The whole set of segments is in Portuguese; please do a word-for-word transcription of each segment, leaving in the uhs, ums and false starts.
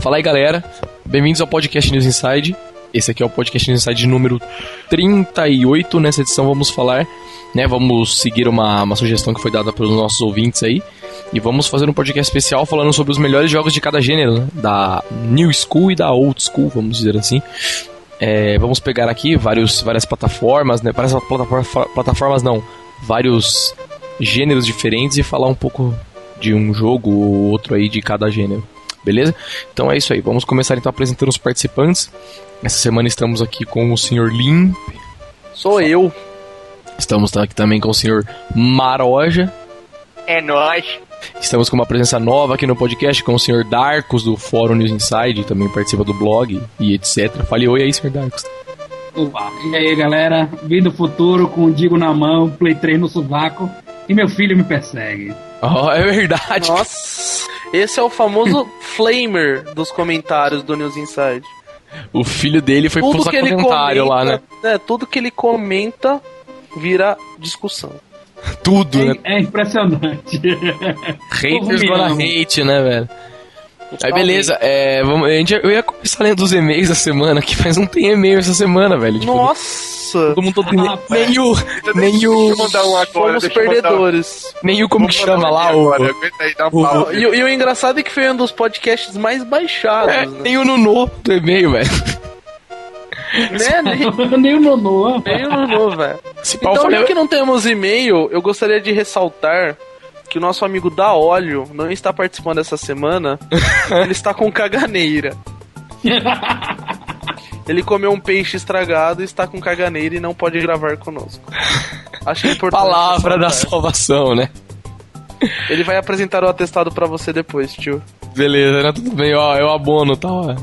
Fala aí, galera. Bem-vindos ao Podcast News Inside. Esse aqui é o Podcast News Inside número trinta e oito. Nessa edição vamos falar, né, vamos seguir uma, uma sugestão que foi dada pelos nossos ouvintes aí. E vamos fazer um podcast especial falando sobre os melhores jogos de cada gênero, né? Da New School e da Old School, vamos dizer assim. É, vamos pegar aqui vários, várias plataformas, né? Várias plataformas, plataformas não, vários gêneros diferentes e falar um pouco de um jogo ou outro aí de cada gênero. Beleza? Então é isso aí. Vamos começar então apresentando os participantes. Essa semana estamos aqui com o senhor Limp. Sou eu. Estamos aqui também com o senhor Maroja. É nóis. Estamos com uma presença nova aqui no podcast com o senhor Darkus do Fórum News Inside, também participa do blog e etcétera. Fale oi aí, senhor Darkus. Opa, e aí galera, vim do futuro com o Digo na mão, Play três no sovaco e meu filho me persegue. Oh, é verdade. Nossa, esse é o famoso flamer dos comentários do News Inside. O filho dele foi tudo postar que comentário ele comenta, lá, né? É, tudo que ele comenta vira discussão. Tudo, É, né? é impressionante. Haters Povo gonna me hate, né, velho? Aí beleza, é, vamos, a gente, eu ia começar lendo os e-mails da semana, que faz não tem e-mail essa semana, velho. Tipo, Nossa! todo mundo todo, Ah, nem o, nem o, Deixa eu mandar um agora. Fomos deixa eu mandar um- perdedores. nem o, como que Vou mandar chama um lá, aqui o, agora, aguenta aí, dá um o- pau. E, o- e o engraçado é que foi um dos podcasts mais baixados, é, né? nem o Nuno do e-mail, velho. Né? Nem, Nem o Nonô. nem o Nuno, velho. Se pau, Então, falei, já que não temos e-mail, eu gostaria de ressaltar que o nosso amigo da Óleo não está participando essa semana. Ele está com caganeira. Ele comeu um peixe estragado, está com caganeira e não pode gravar conosco. Acho importante palavra da ressaltar. salvação, né? Ele vai apresentar o atestado pra você depois, tio. Beleza, né? Tudo bem, ó, eu abono, tá? Ó.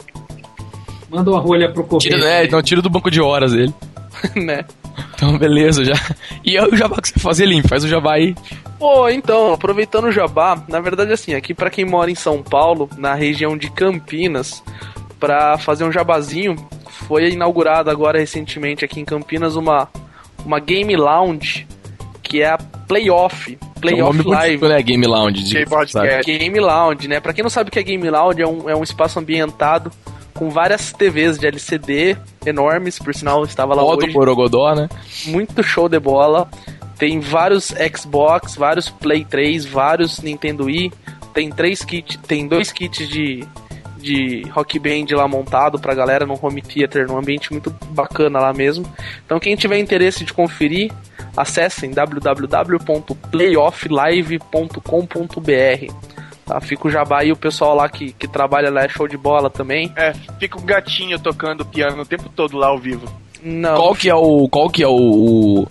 Manda uma rolha pro correio. Tira, é, então tira do banco de horas ele. Né? Então, beleza, já. E aí o jabá que você fazer, Limpo? Faz o jabá aí. Pô, então, aproveitando o jabá, na verdade assim, aqui pra quem mora em São Paulo, na região de Campinas, pra fazer um jabazinho, foi inaugurada agora recentemente aqui em Campinas uma, uma Game Lounge, que é a Playoff, É um Playoff nome Live. bonito, né? Game Lounge. De, Game Podcast. Game Lounge, né? Pra quem não sabe o que é Game Lounge, é um, é um espaço ambientado com várias T Vs de L C D enormes, por sinal, eu estava lá Modo hoje. Borogodó, né? Muito show de bola. Tem vários Xbox, vários Play três, vários Nintendo Wii. Tem três kits, tem dois kits de, de Rock Band lá montado pra galera no home theater, num ambiente muito bacana lá mesmo. Então quem tiver interesse de conferir, acessem w w w ponto playoff live ponto com ponto b r. Tá, fica o jabá e o pessoal lá que, que trabalha lá é show de bola também. É, fica um gatinho tocando piano o tempo todo lá ao vivo. Não. Qual que é o. Qual que é o. O,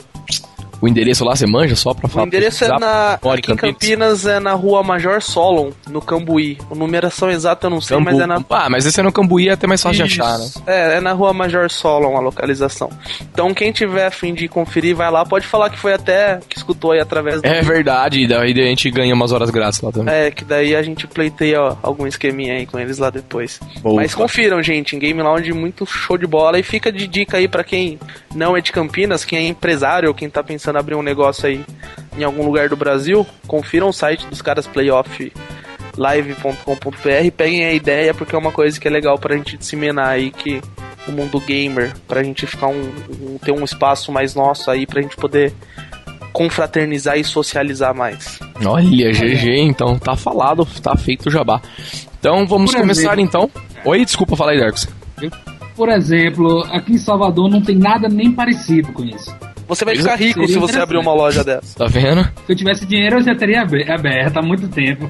o endereço lá, você manja só pra O falar? endereço é pesquisar? na, Mora aqui em Campinas, é na rua Major Solon, no Cambuí. A numeração exata eu não sei, Cambu... mas é na... Ah, mas esse é no Cambuí, é até mais fácil Isso. de achar, né? É, é na rua Major Solon a localização. Então quem tiver a fim de conferir, vai lá. Pode falar que foi até, que escutou aí através do... É verdade, e daí a gente ganha umas horas grátis lá também. É, que daí a gente pleiteia ó, algum esqueminha aí com eles lá depois. Boa. Mas confiram, gente, em Game Lounge muito show de bola. E fica de dica aí pra quem não é de Campinas, quem é empresário ou quem tá pensando em abrir um negócio aí em algum lugar do Brasil, confiram o site dos caras playoff live ponto com ponto b r, peguem a ideia, porque é uma coisa que é legal pra gente disseminar aí que o mundo gamer, pra gente ficar um, um ter um espaço mais nosso aí, pra gente poder confraternizar e socializar mais. Olha, G G, então tá falado, tá feito o jabá. Então vamos Por começar exemplo. então. Oi, desculpa, fala aí, Darkus. Por exemplo, aqui em Salvador não tem nada nem parecido com isso. Você vai Isso ficar rico seria se você abrir uma loja dessa. Tá vendo? Se eu tivesse dinheiro, eu já teria abe- aberto há muito tempo.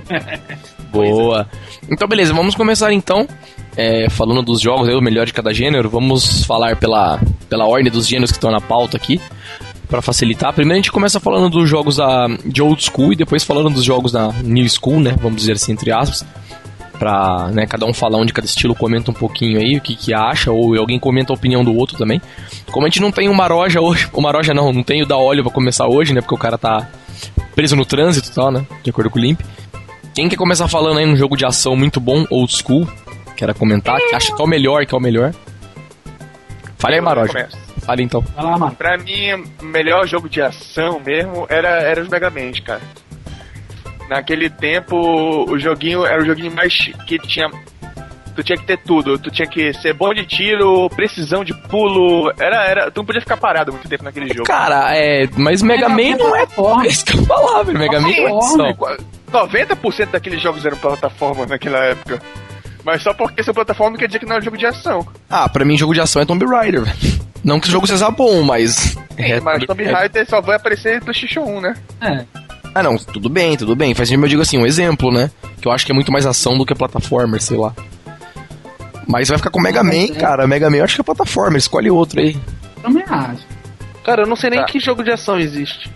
Boa. Então, beleza, vamos começar então. É, falando dos jogos, aí, o melhor de cada gênero. Vamos falar pela, pela ordem dos gêneros que estão na pauta aqui, pra facilitar. Primeiro a gente começa falando dos jogos da, de Old School e depois falando dos jogos da New School, né? Vamos dizer assim, entre aspas. Pra, né, cada um falar um de cada estilo, comenta um pouquinho aí o que, que acha, ou alguém comenta a opinião do outro também. Como a gente não tem o Maroja hoje, o Maroja não, não tem o da Óleo pra começar hoje, né? Porque o cara tá preso no trânsito e tal, né? De acordo com o Limp. Quem quer começar falando aí num jogo de ação muito bom, Old School, quer comentar, que acha que é o melhor, que é o melhor? Fale aí, Maroja. Começa. Fale então. Vai lá, mano. Pra mim, o melhor jogo de ação mesmo era, era os Mega Man, cara. Naquele tempo, o joguinho era o joguinho mais que tinha Tu tinha que ter tudo. Tu tinha que ser bom de tiro, precisão de pulo. Era, era, tu não podia ficar parado muito tempo naquele jogo. Cara, é. Mas Mega Man não é forma. É isso que eu falava, Mega Man não é ação. noventa por cento daqueles jogos eram plataforma naquela época. Mas só porque são plataforma quer dizer que não é um jogo de ação. Ah, pra mim jogo de ação é Tomb Raider, velho. Não que o jogo seja bom, mas. É, mas Tomb Raider só vai aparecer no PlayStation um, né? É. Ah, não, tudo bem, tudo bem. Faz sentido, eu digo assim, um exemplo, né? Que eu acho que é muito mais ação do que plataforma, sei lá. Mas vai ficar com Mega Man, cara. Mega Man eu acho que é plataforma, escolhe outro aí. Também acho. Cara, eu não sei nem Tá. que jogo de ação existe.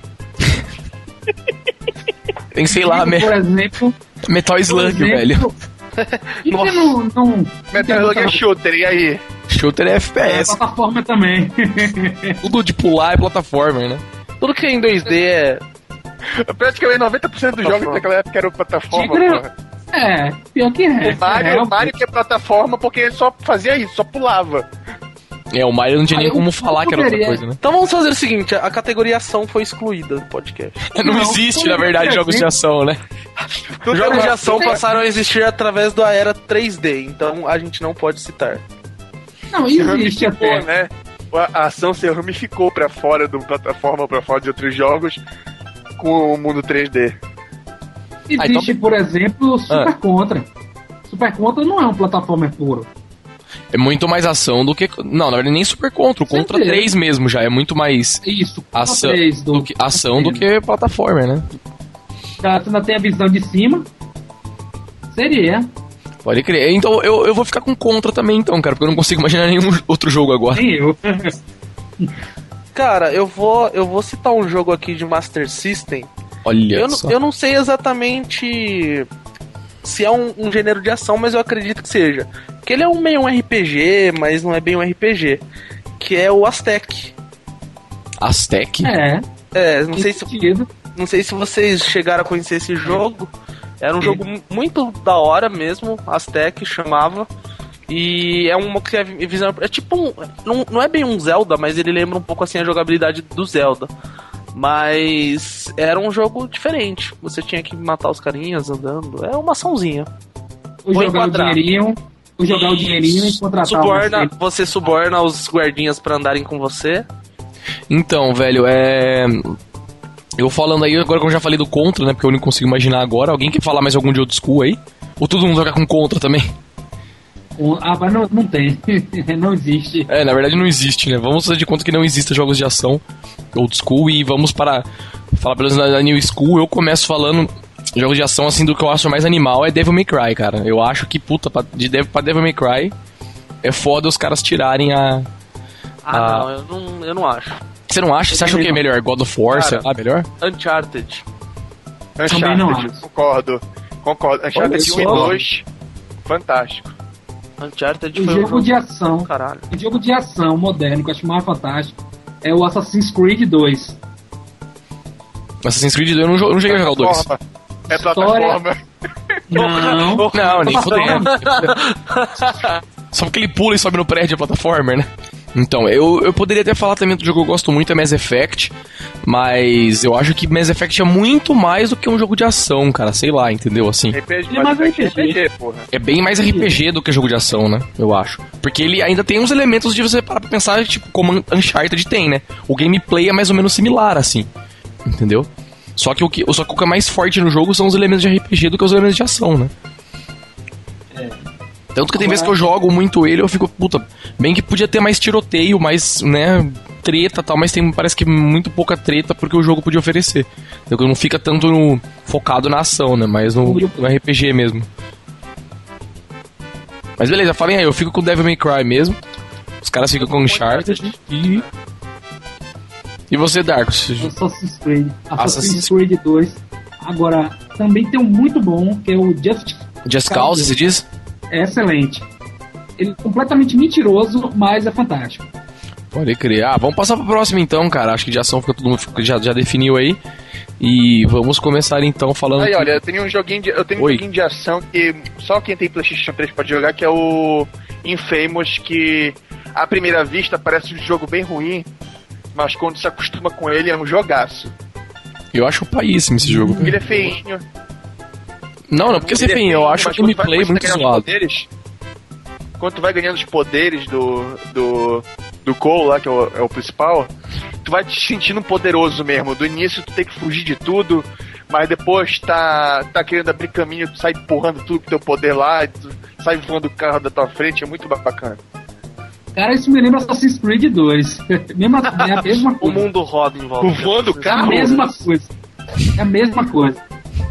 Tem, sei lá, Digo, me... Por exemplo... Metal por Slug, exemplo, velho. E que não... não Metal Slug é shooter, e aí? Shooter é F P é, S. plataforma também. Tudo de pular é plataforma, né? Tudo que é em dois D é... Praticamente noventa por cento dos jogos naquela época eram plataforma, Tigre- porra. É, pior que é. O Mario, é, o Mario que é plataforma porque ele só fazia isso, só pulava. É, o Mario não tinha Ah, nem eu- como eu falar que era outra poderia- coisa, né? Então vamos fazer o seguinte, a categoria ação foi excluída do podcast. Não, Não, existe, foi na verdade, assim. jogos de ação, né? Tudo Jogos era de ação assim, passaram a existir através da era três D, então a gente não pode citar. Não, se existe ramificou, até. né? A a ação se ramificou pra fora do plataforma, pra fora de outros jogos com o mundo três D. Existe, Ah, então- por exemplo, Super Contra. Super Contra não é um plataforma puro. É muito mais ação do que... Não, na verdade, nem Super Contra. O Contra Certeza. três mesmo já é muito mais Isso, ação três do que, ação do que plataforma, né? Já você ainda tem a visão de cima. Seria. Pode crer. Então eu, eu vou ficar com Contra também, então, cara, porque eu não consigo imaginar nenhum outro jogo agora. Nem eu. Cara, eu vou, eu vou citar um jogo aqui de Master System. Olha Eu, só. não- eu não sei exatamente se é um, um gênero de ação, mas eu acredito que seja. Que ele é um meio um R P G, mas não é bem um R P G. Que é o Aztec. Aztec? É. É, não sei, se, sentido. não sei se vocês chegaram a conhecer esse jogo. Era um jogo mu- muito da hora mesmo, Aztec chamava. E é uma que é visão. É tipo um. Não, não é bem um Zelda, mas ele lembra um pouco assim a jogabilidade do Zelda. Mas era um jogo diferente. Você tinha que matar os carinhas andando. É uma açãozinha. Ou Vou jogar enquadrar. o dinheirinho. Ou jogar o dinheirinho e contratar Suborna, um você suborna os guardinhas pra andarem com você. Então, velho, é. Eu falando aí, agora que eu já falei do Contra, né? Porque eu não consigo imaginar agora. Alguém quer falar mais algum de old school aí? Ou todo mundo vai ficar com Contra também? Um- Ah, mas não, não tem. Não existe. É, na verdade não existe, né? Vamos fazer de conta que não existem jogos de ação old school e vamos para falar pelo menos na new school. Eu começo falando jogos de ação assim do que eu acho mais animal é Devil May Cry, cara. Eu acho que puta pra, de Devil, pra Devil May Cry é foda os caras tirarem a. Ah, Ah. não, eu não, eu não acho. Você não acha? Você acha o que é melhor? God of War, sei Cara. lá, melhor? Uncharted. Também não Uncharted, acho. concordo. Concordo. Uncharted Olha um e só. dois, fantástico. Uncharted O foi um jogo de ação. Caralho. O jogo de ação moderno que eu acho mais fantástico é o Assassin's Creed dois. Assassin's Creed eu não, jo- eu não cheguei a jogar o dois. Plataforma. É História- plataforma. Não. Não, nem Plataforma. fudendo. Só porque ele pula e sobe no prédio é plataforma, né? Então, eu, eu poderia até falar também do jogo que eu gosto muito, é Mass Effect, mas eu acho que Mass Effect é muito mais do que um jogo de ação, cara, sei lá, entendeu? Assim, R P G, Ele é mais mas R P G. R P G, porra. é bem mais R P G do que jogo de ação, né? Eu acho. Porque ele ainda tem uns elementos de você parar pra pensar, tipo, como Uncharted tem, né? O gameplay é mais ou menos similar, assim, entendeu? Só que o que, só que o que é mais forte no jogo são os elementos de R P G do que os elementos de ação, né? Tanto que tem vezes que eu jogo muito ele, eu fico, puta, bem que podia ter mais tiroteio, mais, né, treta e tal, mas tem, parece que muito pouca treta porque o jogo podia oferecer. Então não fica tanto no, focado na ação, né, mas no, no R P G mesmo. Mas beleza, falem aí, eu fico com Devil May Cry mesmo. Os caras ficam com Uncharted e... E você, Darkus? Assassin's Creed. Assassin's Assassin's- Creed dois. Agora, também tem um muito bom, que é o Just... Just Cause, você diz? É excelente. Ele é completamente mentiroso, mas é fantástico. Pode crer. Ah, vamos passar pro próximo então, cara. Acho que de ação fica todo mundo já, já definiu aí. E vamos começar então falando. Aí, que- olha, eu tenho um joguinho de, eu tenho um Oi. joguinho de ação que só quem tem PlayStation três pode jogar, que é o Infamous, que à primeira vista parece um jogo bem ruim, mas quando se acostuma com ele é um jogaço. Eu acho paíssimo esse jogo. Ele é feinho. Não, não, porque ele ser é feinho, eu acho o mas quando vai gameplay muito conseguir os zoado. poderes, quando tu vai ganhando os poderes do do, do Cole lá, que é o, é o principal, tu vai te sentindo poderoso mesmo. Do início tu tem que fugir de tudo, mas depois tá, tá querendo abrir caminho, tu sai empurrando tudo com teu poder lá, tu sai voando o carro da tua frente, é muito bacana. Cara, isso me lembra Assassin's Creed dois. Mesma, é a mesma O coisa. mundo roda em volta. Voando o É a carro? mesma coisa. É a mesma coisa.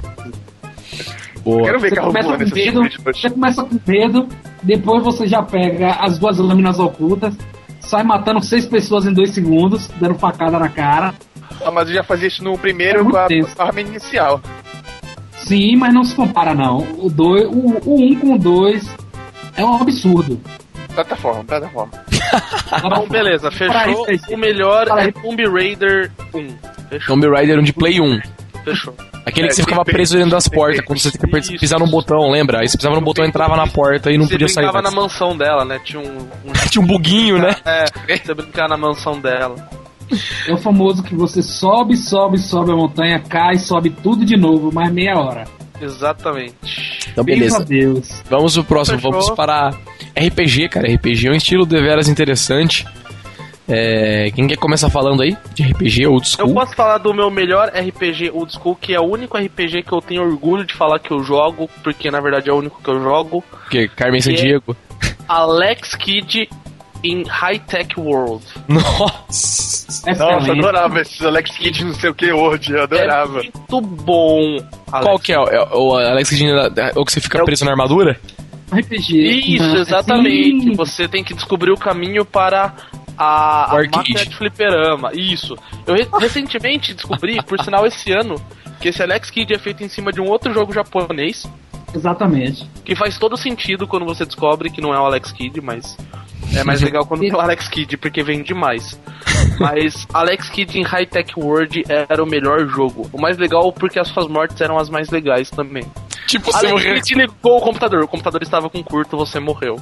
Boa. Quero ver Você carro começa voando com nessa medo, Creed dois. você começa com medo, depois você já pega as duas lâminas ocultas, sai matando seis pessoas em dois segundos, dando facada na cara. Ah, mas eu já fazia isso no É primeiro muito com a tenso. arma inicial. Sim, mas não se compara não. O dois, o, o um com o dois é um absurdo. Plataforma, plataforma. Então, beleza, fechou. O melhor é Tomb Raider um. Fechou, Tomb Raider um de Play um. fechou. Aquele É, que você tem ficava peito, preso dentro das tem portas, peito. quando você tinha que Isso. pisar num botão, lembra? Aí você pisava no botão, entrava na porta e não Você podia sair brincava mais. na mansão dela, né? Tinha um... um... Tinha um buguinho, né? É, você brincava na mansão dela. É o famoso que você sobe, sobe, sobe a montanha, cai, sobe tudo de novo, mais meia hora. Exatamente. Então, Graças a beleza. Deus. Vamos pro próximo, Fechou. vamos para R P G, cara. R P G é um estilo deveras interessante. É... Quem quer começar falando aí de R P G old Eu school? posso falar do meu melhor R P G old school, que é o único R P G que eu tenho orgulho de falar que eu jogo, porque na verdade é o único que eu jogo. Porque Carmen Que é- Sandiego. Alex Kidd in High Tech World. Nossa! Nossa, eu Excelente. adorava esses Alex Kidd não sei o que World, eu adorava. É muito bom. Alex. Qual que é? É o Alex Kidd, é o que você fica É o- preso na armadura? R P G. Isso, Não, exatamente. sim. Você tem que descobrir o caminho para a, O a arcade. máquina de fliperama. Isso. Eu re- recentemente descobri, por sinal esse ano, que esse Alex Kidd é feito em cima de um outro jogo japonês, Exatamente. que faz todo sentido quando você descobre que não é o Alex Kidd, mas é mais legal quando tem o Alex Kidd, porque vem demais. Mas Alex Kidd em High Tech World era o melhor jogo. O mais legal porque as suas mortes eram as mais legais também. Tipo, você Alex morreu. Kidd ligou o computador, o computador estava com curto, você morreu.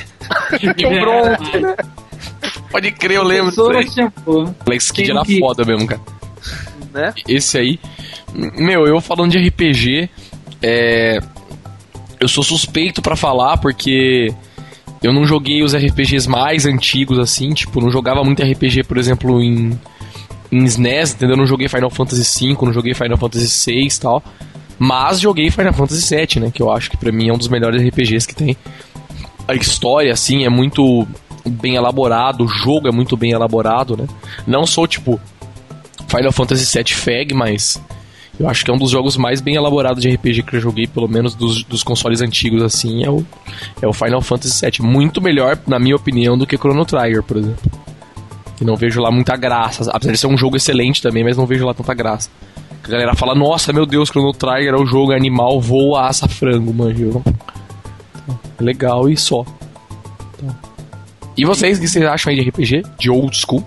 Pronto. Pode crer, eu lembro disso Pessoa aí. chamou. Alex Kidd Tem era que- foda mesmo, cara. Né? Esse aí. Meu, eu falando de R P G, é. Eu sou suspeito pra falar porque eu não joguei os R P Gs mais antigos assim, tipo, não jogava muito R P G, por exemplo, em, em S N E S, entendeu? Eu não joguei Final Fantasy cinco, não joguei Final Fantasy seis e tal. Mas joguei Final Fantasy sete, né? Que eu acho que pra mim é um dos melhores R P Gs que tem. A história, assim, é muito bem elaborado, o jogo é muito bem elaborado, né? Não sou, tipo, Final Fantasy sete Fag, mas eu acho que é um dos jogos mais bem elaborados de R P G que eu joguei, pelo menos dos, dos consoles antigos, assim, é o, é o Final Fantasy sete. Muito melhor, na minha opinião, do que Chrono Trigger, por exemplo. E não vejo lá muita graça, apesar de ser um jogo excelente também, mas não vejo lá tanta graça. A galera fala, nossa, meu Deus, Chrono Trigger é o jogo, é animal, voa, assa frango, mano. É legal e só. Então. E vocês, o que vocês acham aí de R P G? De old school?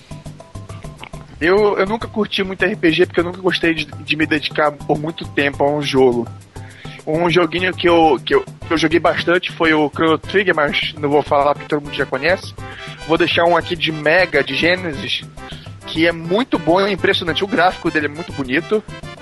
Eu, eu nunca curti muito R P G porque eu nunca gostei de, de me dedicar por muito tempo a um jogo. Um joguinho que eu, que, eu, que eu joguei bastante foi o Chrono Trigger, mas não vou falar porque todo mundo já conhece. Vou deixar um aqui de Mega, de Genesis, que é muito bom, é impressionante. O gráfico dele é muito bonito.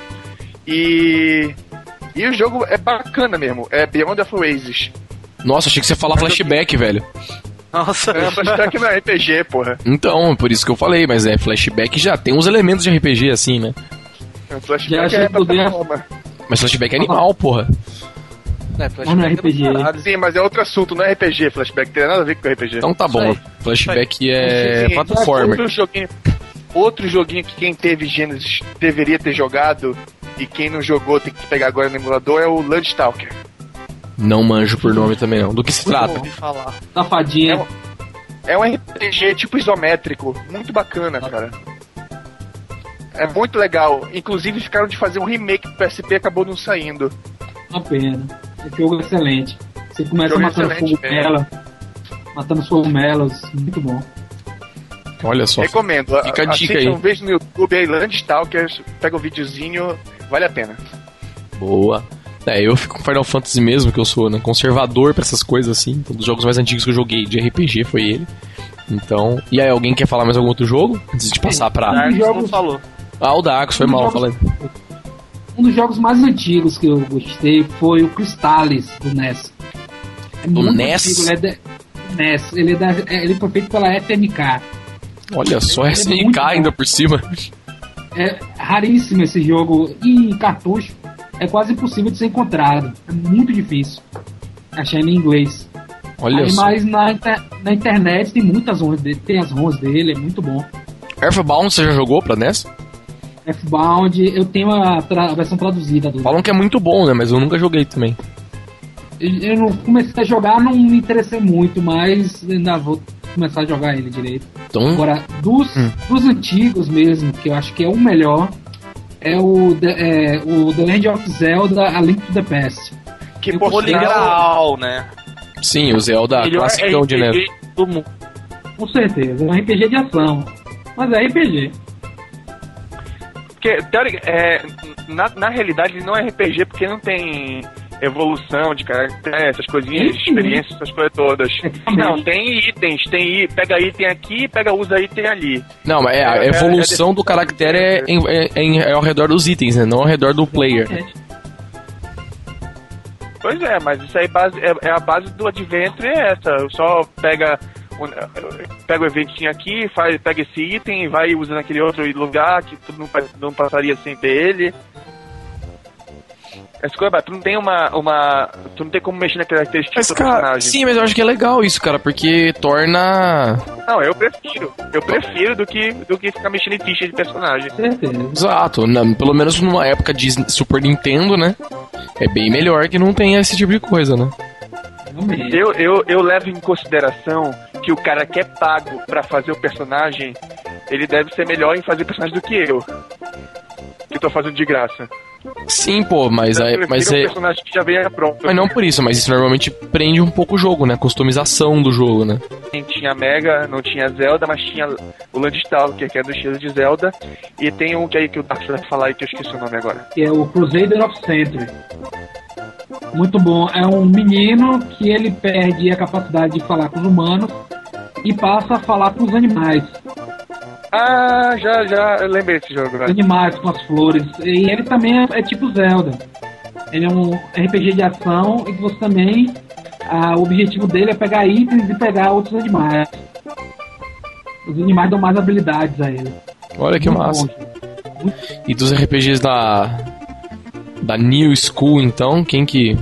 E, e o jogo é bacana mesmo, é Beyond of Oasis. Nossa, achei que você ia falar flashback, velho. Nossa, É, flashback não é R P G, porra. Então, por isso que eu falei, mas é flashback já tem uns elementos de R P G assim, né? É, Já flashback achei é que poderia- plataforma. Mas flashback é animal, porra. é, Mas não é R P G. caralho. Sim, mas é outro assunto, não é R P G. Flashback tem nada a ver com R P G. Então tá bom. Isso Flashback é Sim, plataforma. Outro joguinho, outro joguinho que quem teve Genesis deveria ter jogado e quem não jogou tem que pegar agora no emulador é o Landstalker. Não manjo por nome também não. Do que se Eu trata? ouvi falar. Safadinha. É um- É um R P G tipo isométrico, muito bacana, cara. É muito legal. Inclusive ficaram de fazer um remake pro P S P e acabou não saindo. Uma pena. Esse jogo é excelente. Você começa Jogo matando excelente fogumela, matando os cogumelos. Muito bom. Olha só. Recomendo. Fica a dica Assiste aí. um beijo no YouTube aí, Landstalker, pega o videozinho, vale a pena. Boa. É, eu fico com Final Fantasy mesmo, que eu sou, né, conservador pra essas coisas assim. Então, dos jogos mais antigos que eu joguei de R P G foi ele. Então. E aí, alguém quer falar mais algum outro jogo? Antes de passar pra. Dark jogos- não falou. Ah, o Dark, foi mal, falei. Um dos jogos mais antigos que eu gostei foi o Crystalis do N E S. É Do muito N E S? antigo, ele é da N E S. Ele, é da, é- ele foi feito pela F M K. Olha só, Ele é S N muito K ainda bom. por cima. É raríssimo esse jogo. E em cartucho é quase impossível de ser encontrado. É muito difícil achar ele em inglês. Olha Aí, só. mas na, inter- na internet tem muitas ROMs dele. Tem as ROMs dele, é muito bom. Earthbound você já jogou pra N E S? F-Bound, eu tenho a, tra- a versão traduzida do. Falam que é muito bom, né? Mas eu nunca joguei também. Eu eu não comecei a jogar, não me interessei muito, mas ainda vou começar a jogar ele direito. Então, Agora, dos, Hum. dos antigos mesmo, que eu acho que é o melhor, é o, The- é, o The Legend of Zelda A Link to the Past. Que Eu por Holy sinal, Graal, né? sim, o Zelda Melhor classicão de N E S. R P G do mundo. Com certeza, é um R P G de ação. Mas é R P G. porque, teori- é, na, na realidade ele não é R P G porque não tem evolução de caractere, essas coisinhas, Sim. experiências, essas coisas todas. Exatamente. Não, tem itens, tem i- pega item aqui, pega usa item ali. Não, mas é, a É, é, evolução é do caractere é, em- é, em- é ao redor dos itens, né? Não ao redor do player. Pois é, mas isso aí base, é, é a base do Adventure, é essa. Só pega o, pega o eventinho aqui, faz, pega esse item e vai usando aquele outro lugar que tu não, pa- não passaria sem ter ele. Essa coisa, tu não tem uma, uma. Tu não tem como mexer na característica Mas, do cara, personagem. sim, mas eu acho que é legal isso, cara, porque torna. Não, eu prefiro. Eu prefiro do que, do que ficar mexendo em ficha de personagem. Com certeza. Exato, na- pelo menos numa época de Super Nintendo, né? É bem melhor que não tenha esse tipo de coisa, né? Realmente. Eu, eu, eu levo em consideração que o cara que é pago pra fazer o personagem, ele deve ser melhor em fazer personagem do que eu. Que tô fazendo de graça. Sim, pô, mas, Eu aí, prefiro mas, um é, personagem que já venha pronto. mas não por isso, mas isso normalmente prende um pouco o jogo, né? A customização do jogo, né? Tinha Mega, não tinha Zelda, mas tinha o Landstalker, que é do estilo de Zelda. E tem um que aí que o Dark vai falar aí que eu esqueci o nome agora. Que é o Crusader of Century. Muito bom. É um menino que ele perde a capacidade de falar com os humanos e passa a falar com os animais. Ah, já, já, eu lembrei desse jogo, Os né? animais, com as flores. E ele também é, é tipo Zelda. Ele é um R P G de ação e que você também... ah, o objetivo dele é pegar itens e pegar outros animais. Os animais dão mais habilidades a ele. Olha que Muito massa. bom. E dos R P Gs da. Da New School, então, quem que.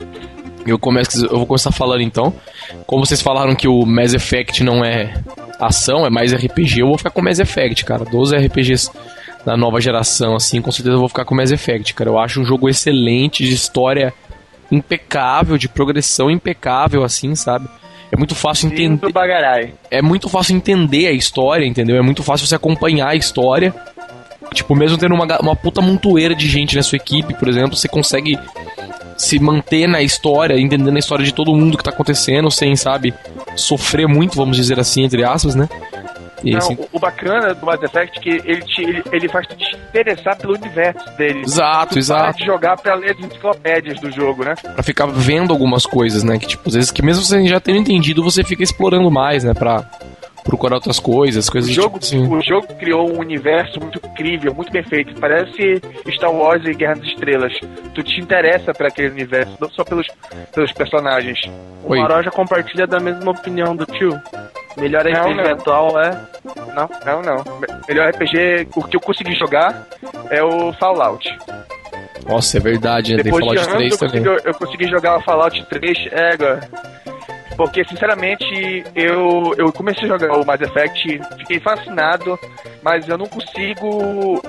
Eu, começo, eu vou começar falando então. Como vocês falaram que o Mass Effect não é ação, é mais R P G, eu vou ficar com o Mass Effect, cara. Dos R P Gs da nova geração, assim, com certeza eu vou ficar com o Mass Effect, cara. Eu acho um jogo excelente, de história impecável, de progressão impecável, assim, sabe? É muito fácil entender. do Bagarai. É muito fácil entender a história, entendeu? É muito fácil você acompanhar a história. Tipo, mesmo tendo uma, ga- uma puta montoeira de gente na sua equipe, por exemplo, você consegue se manter na história, entendendo a história de todo mundo que tá acontecendo, sem, sabe, sofrer muito, vamos dizer assim, entre aspas, né? E, Não, assim, o- o bacana do Mass Effect é que ele, te, ele, ele faz tu te interessar pelo universo dele. Exato, Tu exato. para de jogar pra ler as enciclopédias do jogo, né? Pra ficar vendo algumas coisas, né? Que, tipo, às vezes que mesmo você já tendo entendido, você fica explorando mais, né? Pra procurar outras coisas, O coisas jogo, tipo assim. o jogo criou um universo muito incrível, muito perfeito. Parece Star Wars e Guerra das Estrelas. Tu te interessa pra aquele universo, não só pelos, pelos personagens. O Oi. Maró já compartilha da mesma opinião do tio. Melhor Não, R P G não. atual é. Não, não, não. Me- Melhor R P G, o que eu consegui jogar é o Fallout. Nossa, é verdade, né? Tem Depois de Fallout anos três eu também. consegui, eu consegui jogar o Fallout três, ega. Porque, sinceramente, eu, eu comecei a jogar o Mass Effect, fiquei fascinado, mas eu não consigo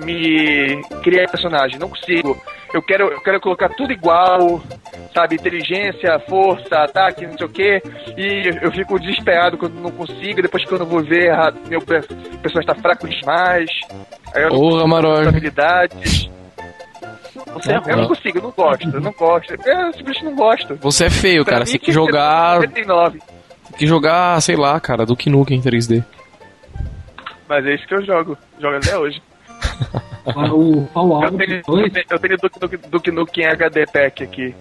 me criar personagem, não consigo. Eu quero, eu quero colocar tudo igual, sabe? Inteligência, força, ataque, não sei o quê. E eu fico desesperado quando não consigo, depois quando eu vou ver, a, meu pe- personagem tá fraco demais. Aí eu não Ô, consigo Ramaror. ter habilidades. Você é Eu não ruim. consigo, eu não gosto, eu não gosto. Eu simplesmente não gosto. Você é feio, Pra cara. mim, Você tem que tinha ser jogar. noventa e nove. Tem que jogar, sei lá, cara, Duke Nukem em três D. Mas é isso que eu jogo. Jogo até hoje. Agora, o Eu Fallout tenho, eu dois. tenho, eu tenho Duke, Duke, Duke Nukem H D Pack aqui.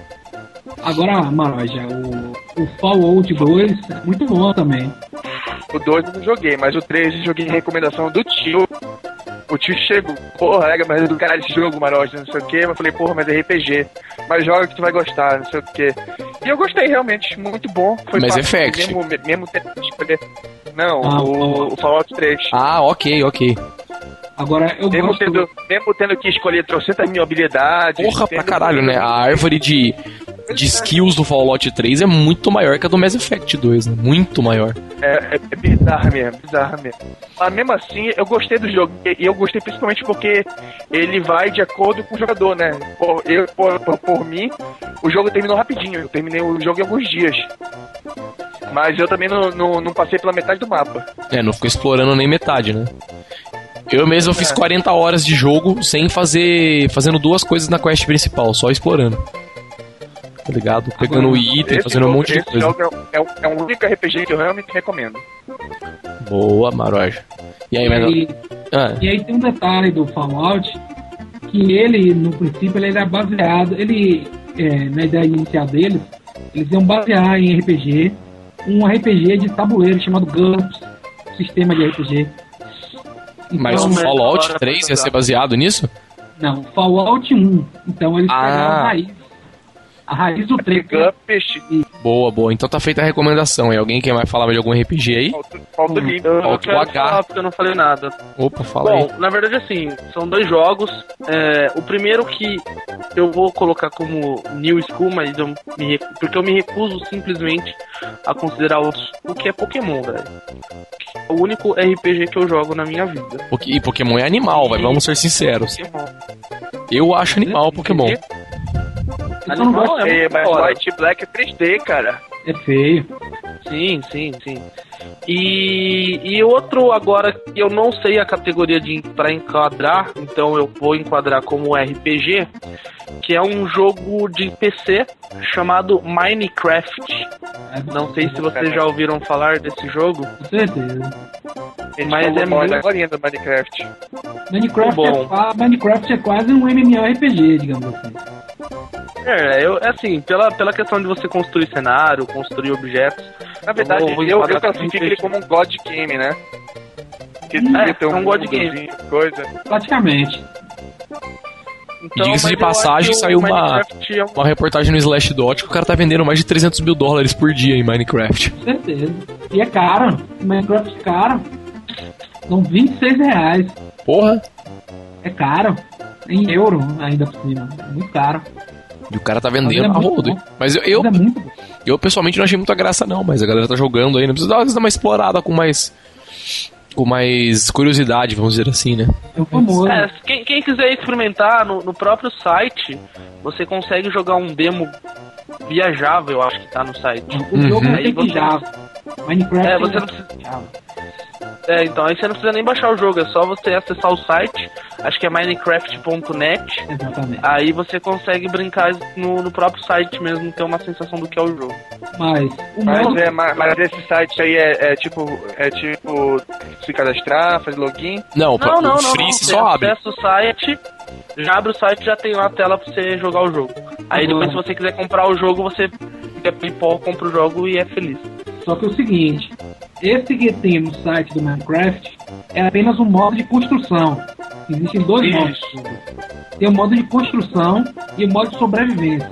Agora, Maroja, o, o Fallout dois é muito bom também. O dois eu não joguei, mas o três eu joguei em recomendação do tio. o tio chegou, porra, é, mas do caralho esse jogo, Maroja, não sei o que, mas eu falei, porra, mas é R P G, mas joga que tu vai gostar, não sei o que. E eu gostei, realmente, muito bom. Foi Mas fácil, Effect. Mesmo, mesmo tendo que escolher. Não, Ah, o, o Fallout três. Ah, ok, ok. Agora, eu Mesmo gosto... tendo, mesmo tendo que escolher trocentas mil habilidades. Porra pra tendo- caralho, né? A árvore de, de skills do Fallout três é muito maior que a do Mass Effect dois, né? Muito maior. É, é, é bizarro mesmo, bizarro mesmo. Mas mesmo assim, eu gostei do jogo. E eu gostei principalmente porque ele vai de acordo com o jogador, né? Por, eu, por, por, por mim, o jogo terminou rapidinho. Eu terminei o jogo em alguns dias. Mas eu também não, não, não passei pela metade do mapa. É, não ficou explorando nem metade, né? Eu mesmo fiz É. quarenta horas de jogo sem fazer. Fazendo duas coisas na quest principal, só explorando. Tá ligado? Pegando o item, Esse fazendo um jogo- monte de esse coisa. jogo é, um- é um único R P G que eu realmente recomendo. Boa, Maroja. E aí, E, mas... Ah, e aí tem um detalhe do Fallout, que ele, no princípio, ele era baseado, ele, é, na ideia inicial deles, eles iam basear em R P G, um R P G de tabuleiro chamado GURPS, sistema de R P G. mas Então, o Fallout agora três ia pra ser baseado nisso? Não, Fallout um. Então eles Ah. pegaram a raiz. A raiz do três. Pickups, Boa, boa. Então tá feita a recomendação. E alguém quer mais falar de algum R P G aí? falta, falta Hum. limpo. Eu, eu Falta o quero H. falar porque eu não falei nada. Opa, fala aí. Bom, na verdade, assim, são dois jogos. É, o primeiro que eu vou colocar como New School, mas eu me, re- porque eu me recuso simplesmente a considerar outros, o que é Pokémon, velho. É o único R P G que eu jogo na minha vida. Poké- E Pokémon é animal, vai. Vamos ser sinceros. Pokémon. Eu acho animal Pokémon. Eu só não Animal gosto, é É, muito mas foda. White e Black é três D, cara. é feio. Sim, sim, sim. E, e outro agora que eu não sei a categoria de para enquadrar, então eu vou enquadrar como R P G, que é um jogo de P C chamado Minecraft. Não sei se vocês já ouviram falar desse jogo. Com certeza. A gente Mas falou é mal muito- agora do Minecraft. Minecraft, Bom. é, qua- Minecraft é quase um MMORPG, digamos assim. É, eu, assim, pela, pela questão de você construir cenário, construir objetos. Na verdade, Eu vou eu, eu enquadrar classifico ele como um God Game, né? Que É, devia ter é um God Game. mundozinho, coisa. Praticamente. Então, Diga-se mas de eu acho passagem, que o saiu uma- Minecraft é um- Uma reportagem no Slashdot que o cara tá vendendo mais de trezentos mil dólares por dia em Minecraft. Com certeza. E é caro. Minecraft é caro. São vinte e seis reais. Porra! É caro. Em euro ainda por cima. É muito caro. E o cara tá Mas vendendo é a muito rodo. bom. Mas eu, eu, Mas é muito bom. eu pessoalmente não achei muita graça não, mas a galera tá jogando aí. Não precisa dar dar uma explorada com mais... Com mais curiosidade, vamos dizer assim, né? É o famoso. É, quem, quem quiser experimentar no, no próprio site, você consegue jogar um demo viajável, acho que tá no site. O jogo Uhum. não Aí tem você- que Java. Minecraft É, você tem não precisa- Java. É, então aí você não precisa nem baixar o jogo, é só você acessar o site, acho que é minecraft ponto net, Exatamente. aí você consegue brincar no, no próprio site mesmo, ter uma sensação do que é o jogo. Mas o Mas, modo é, mas, mas esse site aí é, é tipo. É tipo. Se cadastrar, fazer login. Não, Não, não, o não, Free não, você você só abre. acessa o site, já abre o site, já tem lá a tela pra você jogar o jogo. Aí depois, se você quiser comprar o jogo, você fica PayPal, compra o jogo e é feliz. Só que é o seguinte, esse que tem no site do Minecraft é apenas um modo de construção. Existem dois Isso. modos. Tem o modo de construção e o modo de sobrevivência.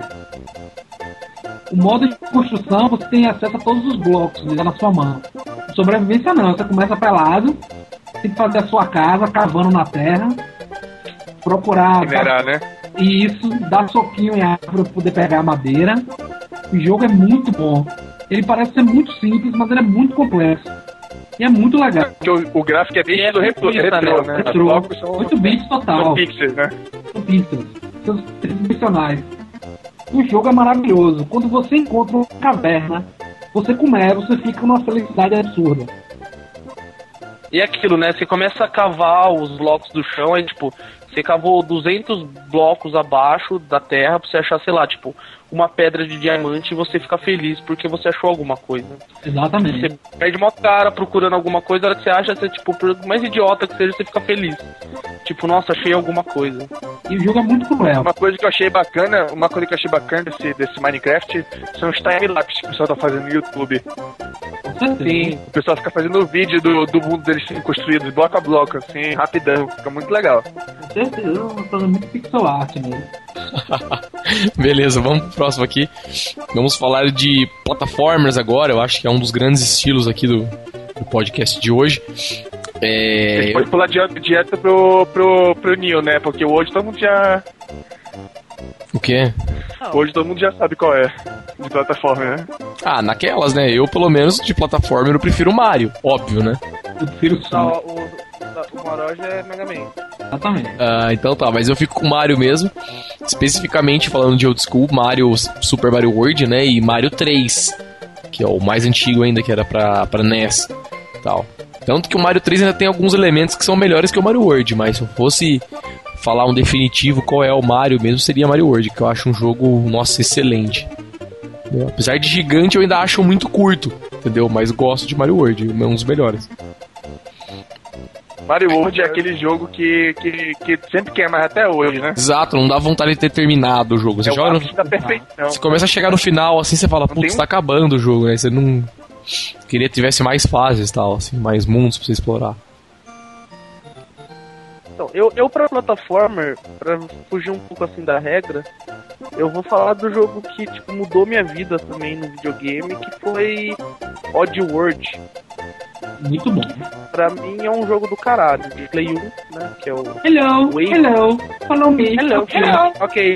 O modo de construção você tem acesso a todos os blocos né, na sua mão. Sobrevivência não, você começa pelado, tem que fazer a sua casa cavando na terra, procurar Minerar, né? e isso, dar soquinho em árvore para poder pegar a madeira. O jogo é muito bom. Ele parece ser muito simples, mas ele é muito complexo. E é muito legal. Porque o, o gráfico é bem E é estilo retro, futurista, retrô, né? né? Os Retrô. blocos são, oito bits são total. pixels, né? São pixels. São tridimensionais. O jogo é maravilhoso. Quando você encontra uma caverna, você começa, você fica numa felicidade absurda. E é aquilo, né? Você começa a cavar os blocos do chão, aí tipo, Você cavou duzentos blocos abaixo da terra pra você achar, sei lá, tipo, uma pedra de diamante e você fica feliz porque você achou alguma coisa. Exatamente. Você perde uma cara procurando alguma coisa, a hora que você acha, você, tipo, por mais idiota que seja, você fica feliz. Tipo, nossa, achei alguma coisa. E o jogo é muito cruel. Uma coisa que eu achei bacana, uma coisa que eu achei bacana desse, desse Minecraft são os time-lapse que o pessoal tá fazendo no YouTube. Com certeza. Sim. O pessoal fica fazendo vídeo do, do mundo deles sendo construídos bloco a bloco, assim, rapidão. Fica muito legal. Com certeza. Eu tô fazendo muito pixel art mesmo. Beleza, vamos pro próximo aqui. Vamos falar de plataformers agora. Eu acho que é um dos grandes estilos aqui do, do podcast de hoje. A É... gente pode pular direto, direto pro, pro, pro Neo, né? Porque hoje todo mundo já. O quê? Hoje todo mundo já sabe qual é de plataforma, né? Ah, naquelas, né? Eu, pelo menos, de plataformer, eu prefiro o Mario. Óbvio, né? Eu prefiro Só só. o, o, o Moroja é Mega Man. Exatamente. Ah, então tá, mas eu fico com o Mario mesmo. Especificamente falando de old school, Mario, Super Mario World, né? E Mario três, que é o mais antigo ainda, que era pra, pra N E S e tal. Tanto que o Mario três ainda tem alguns elementos que são melhores que o Mario World, mas se eu fosse falar um definitivo qual é o Mario mesmo, seria Mario World, que eu acho um jogo, nossa, excelente. Entendeu? Apesar de gigante, eu ainda acho muito curto, entendeu? Mas gosto de Mario World, é um dos melhores. Mario World é aquele jogo que, que, que sempre quer mais até hoje, né? Exato, não dá vontade de ter terminado o jogo. Você, É o joga no- ápice da perfeição. você começa a chegar no final, assim, você fala, Não putz, tem um- tá acabando o jogo, né? Você não... Queria que tivesse mais fases e tal, assim, mais mundos pra você explorar. Então, eu, eu pra plataformer, pra fugir um pouco assim da regra, eu vou falar do jogo que, tipo, mudou minha vida também no videogame, que foi Odd World. Muito bom. Pra mim é um jogo do caralho, de Play um, né, que é o... Hello, Wave. hello, follow me. Hello, hello. Ok.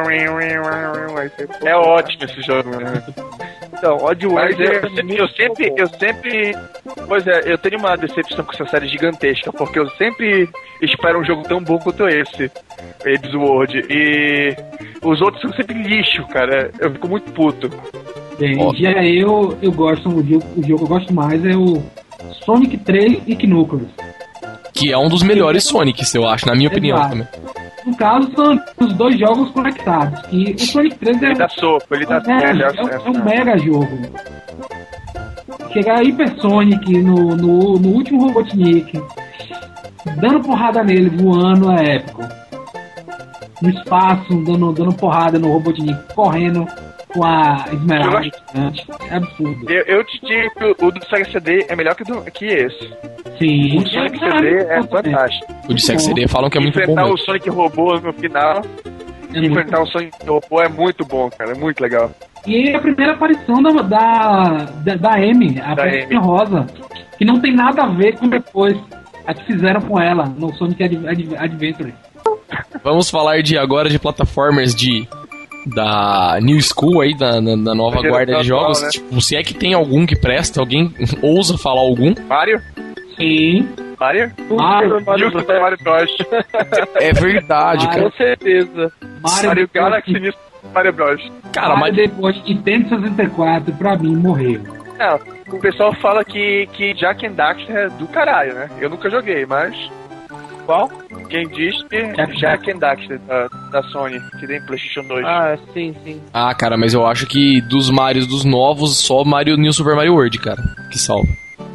É ótimo esse jogo, né? Então, Odd Mas World eu, é eu sempre, muito eu sempre, bom. eu sempre. Pois é, eu tenho uma decepção com essa série gigantesca, porque eu sempre espero um jogo tão bom quanto esse, Abe's World. E os outros são sempre lixo, cara. Eu fico muito puto. Bem, Ó. já eu, eu gosto, o jogo, o jogo que eu gosto mais é o Sonic três e Knuckles. Que é um dos melhores Sonics, eu acho, na minha opinião Exato. também. No caso, são os dois jogos conectados. Que o Sonic três é, Ele dá soco, ele é, dá um mega, ele dá- é, um, é um mega jogo. Chegar a Hyper Sonic no, no, no último Robotnik, dando porrada nele, voando, é épico. No espaço, dando, dando porrada no Robotnik, correndo com a Esmeralda gigante. É absurdo. Eu, eu te digo que o do Sega C D é melhor que, do, que esse. Sim. O Sonic C D é fantástico. O de Sega C D falam que é muito bom Enfrentar mesmo. o Sonic Robô no final, É muito enfrentar o Sonic Robô é muito bom, cara. É muito legal. E é a primeira aparição da, da, da, da Amy, a Da personagem Amy. rosa, que não tem nada a ver com depois a que fizeram com ela no Sonic Ad- Ad- Adventure. Vamos falar de agora de plataformers de da New School aí, da, da, da nova Da guarda de geração jogos. atual, né? Tipo, se é que tem algum que presta, alguém ousa falar algum? Mario? Sim. Mario? Mario, E o Super Mario Bros. É verdade, Mario. cara. Com certeza. Mario, Mario depois Galaxy de- e Mario Bros. Cara, Mario mas depois de Nintendo sessenta e quatro, pra mim, morreu. Não, o pessoal fala que, que Jack and Daxter é do caralho, né? Eu nunca joguei, mas... Qual? Quem diz que Jack- Jack and Daxter da, da Sony, que tem PlayStation dois. Ah, sim, sim. Ah, cara, mas eu acho que dos Marios dos novos, só Mario New Super Mario World, cara, que salva.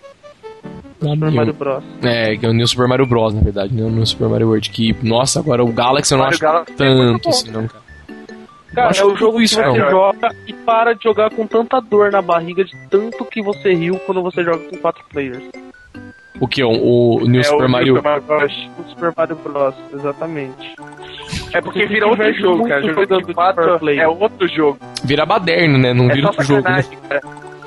Super Mario Bros. É, que é o New Super Mario Bros, na verdade, né? O New Super Mario World. Que, nossa, agora o Galaxy eu não Mario acho Galaxy é muito tanto bom. assim, não, cara. Cara, acho é o que jogo tudo que isso você é um- joga e para de jogar com tanta dor na barriga de tanto que você riu quando você joga com quatro players. O que? O, o New É Super o Mario. Super Mario Bros. O Super Mario Bros, exatamente. É porque Você vira se outro diverte jogo, muito cara. Jogando jogando de de quatro per player. é outro jogo. Vira baderno, né? Não É vira só outro jogo, né? sacanagem, cara.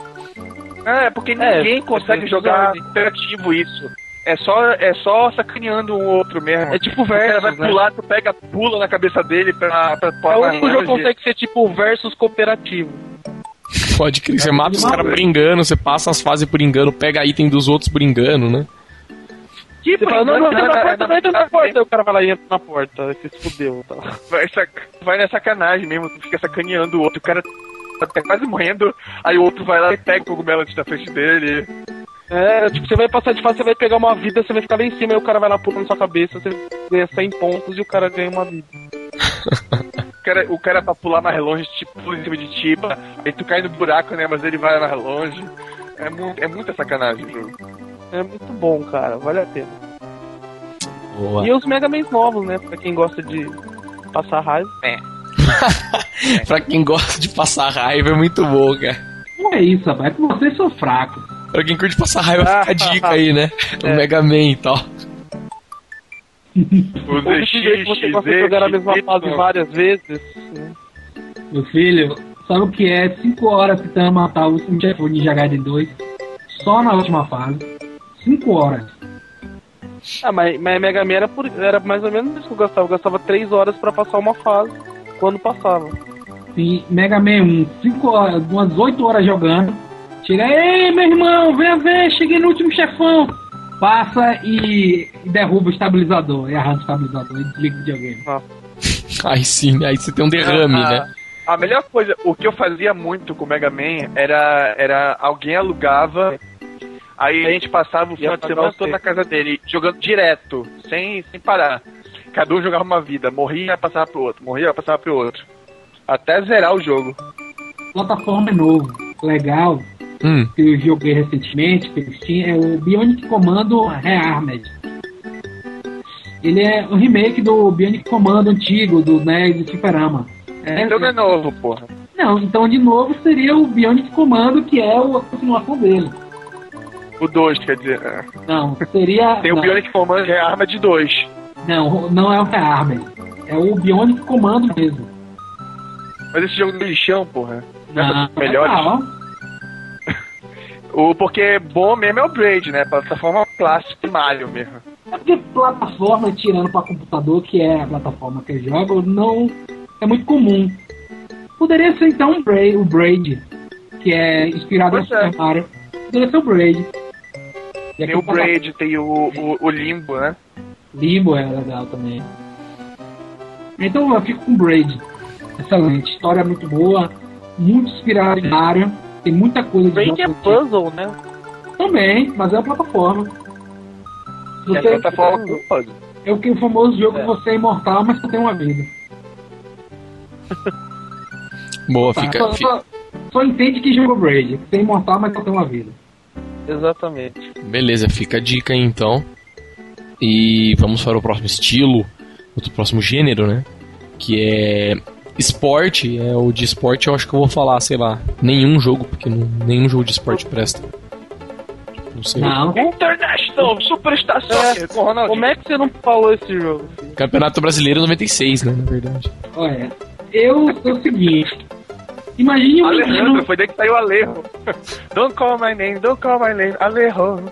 É, porque É, ninguém consegue é jogar bizarro. cooperativo isso. É só, é só sacaneando um outro mesmo. É tipo O cara versus, vai né? pular, tu pega, pula na cabeça dele pra, pra, pra É o único mais jogo que longe. consegue ser tipo versus cooperativo. Pode crer, você mata os Não, caras por velho. engano, você passa as fases por engano, pega item dos outros por engano, né? Que Você por fala, não, não, engano, entra na cara, porta, não entra na cara, porta. Aí o cara vai lá e entra na porta, aí você se fudeu. Tá. Vai, sac- vai na sacanagem mesmo, tu fica sacaneando o outro, o cara tá quase morrendo, aí o outro vai lá e pega o cogumelo antes da frente dele. É, tipo, você vai passar de fase, você vai pegar uma vida, você vai ficar lá em cima, aí o cara vai lá pulando na sua cabeça, você ganha cem pontos e o cara ganha uma vida. O cara, o cara pra pular mais longe, tipo, pula em cima de ti, pá, aí tu cai no buraco, né, mas ele vai mais longe. É, mu é muita sacanagem o jogo. É muito bom, cara, vale a pena. Boa. E os Mega Man novos, né, pra quem gosta de passar raiva. É. Pra quem gosta de passar raiva é muito bom, cara. Não é isso, rapaz. É que vocês são fracos. Pra quem curte passar raiva, fica a dica aí, né? O É. Mega Man e tal. O Ou desse jeito você gosta de jogar a mesma fase várias vezes. Né? Meu filho, sabe o que é? cinco horas tentando matar o último chefão de Gaiden dois. Só na última fase. cinco horas. Ah, mas, mas Mega Man era, por, era mais ou menos isso que eu gastava. Eu gastava três horas pra passar uma fase, quando passava. Sim, Mega Man um, cinco horas, umas oito horas jogando. Chega, ei meu irmão, venha ver, cheguei no último chefão. Passa e, e derruba o estabilizador, e arranca o estabilizador e desliga o videogame. Aí sim, aí você tem um derrame, a, né? A melhor coisa, o que eu fazia muito com o Mega Man era, era alguém alugava, aí a gente passava o final de semana todo na casa dele, jogando direto, sem, sem parar. Cada um jogava uma vida, morria, passava pro outro, morria, passava pro outro. Até zerar o jogo. Plataforma é novo, legal, Hum. que eu joguei recentemente, que eles tinham, é o Bionic Commando Rearmed. Ele é um remake do Bionic Commando antigo, do N E S e Superama. É, Então não é novo, porra. Não, então de novo seria o Bionic Commando, que é a continuação dele. O dois, quer dizer. é. Não, seria... Tem o não, Bionic Command que é arma de dois. não, não é o Rearmed. É o Bionic Commando mesmo. Mas esse jogo do lixão, porra. Não, melhores. é legal. O, porque bom mesmo é o Braid, né? Plataforma clássica de Mario mesmo. É porque plataforma, tirando para computador, que é a plataforma que eu jogo, não é muito comum. Poderia ser então o Braid, o Braid que é inspirado no Pois é. Super Mario. Poderia ser o Braid. E Tem o aquele Braid, tem o, o, o Limbo, né? Limbo é legal também. Então eu fico com o Braid. Excelente. História muito boa, muito inspirado em Mario. Tem muita coisa de Braid é jogos puzzle, né? também, mas é uma plataforma. É a Você, plataforma com puzzle. é o que o famoso jogo É. você é imortal, mas só tem uma vida. Boa, Tá, fica. só, fi- só, só entende que jogou Braid. Você é imortal, mas só tem uma vida. Exatamente. Beleza, fica a dica aí então. E vamos para o próximo estilo, outro próximo gênero, né? Que é esporte. É o de esporte, eu acho que eu vou falar, sei lá, nenhum jogo, porque não- nenhum jogo de esporte presta. Não sei. Não. International Superstar Soccer com Ronaldinho. Como é que você não falou esse jogo? Filho? Campeonato Brasileiro noventa e seis, né? Na verdade. Olha, eu sou o seguinte. Imagine um Alejandro, menino. foi daí que saiu Alejo. Don't call my name, don't call my name, Alejo.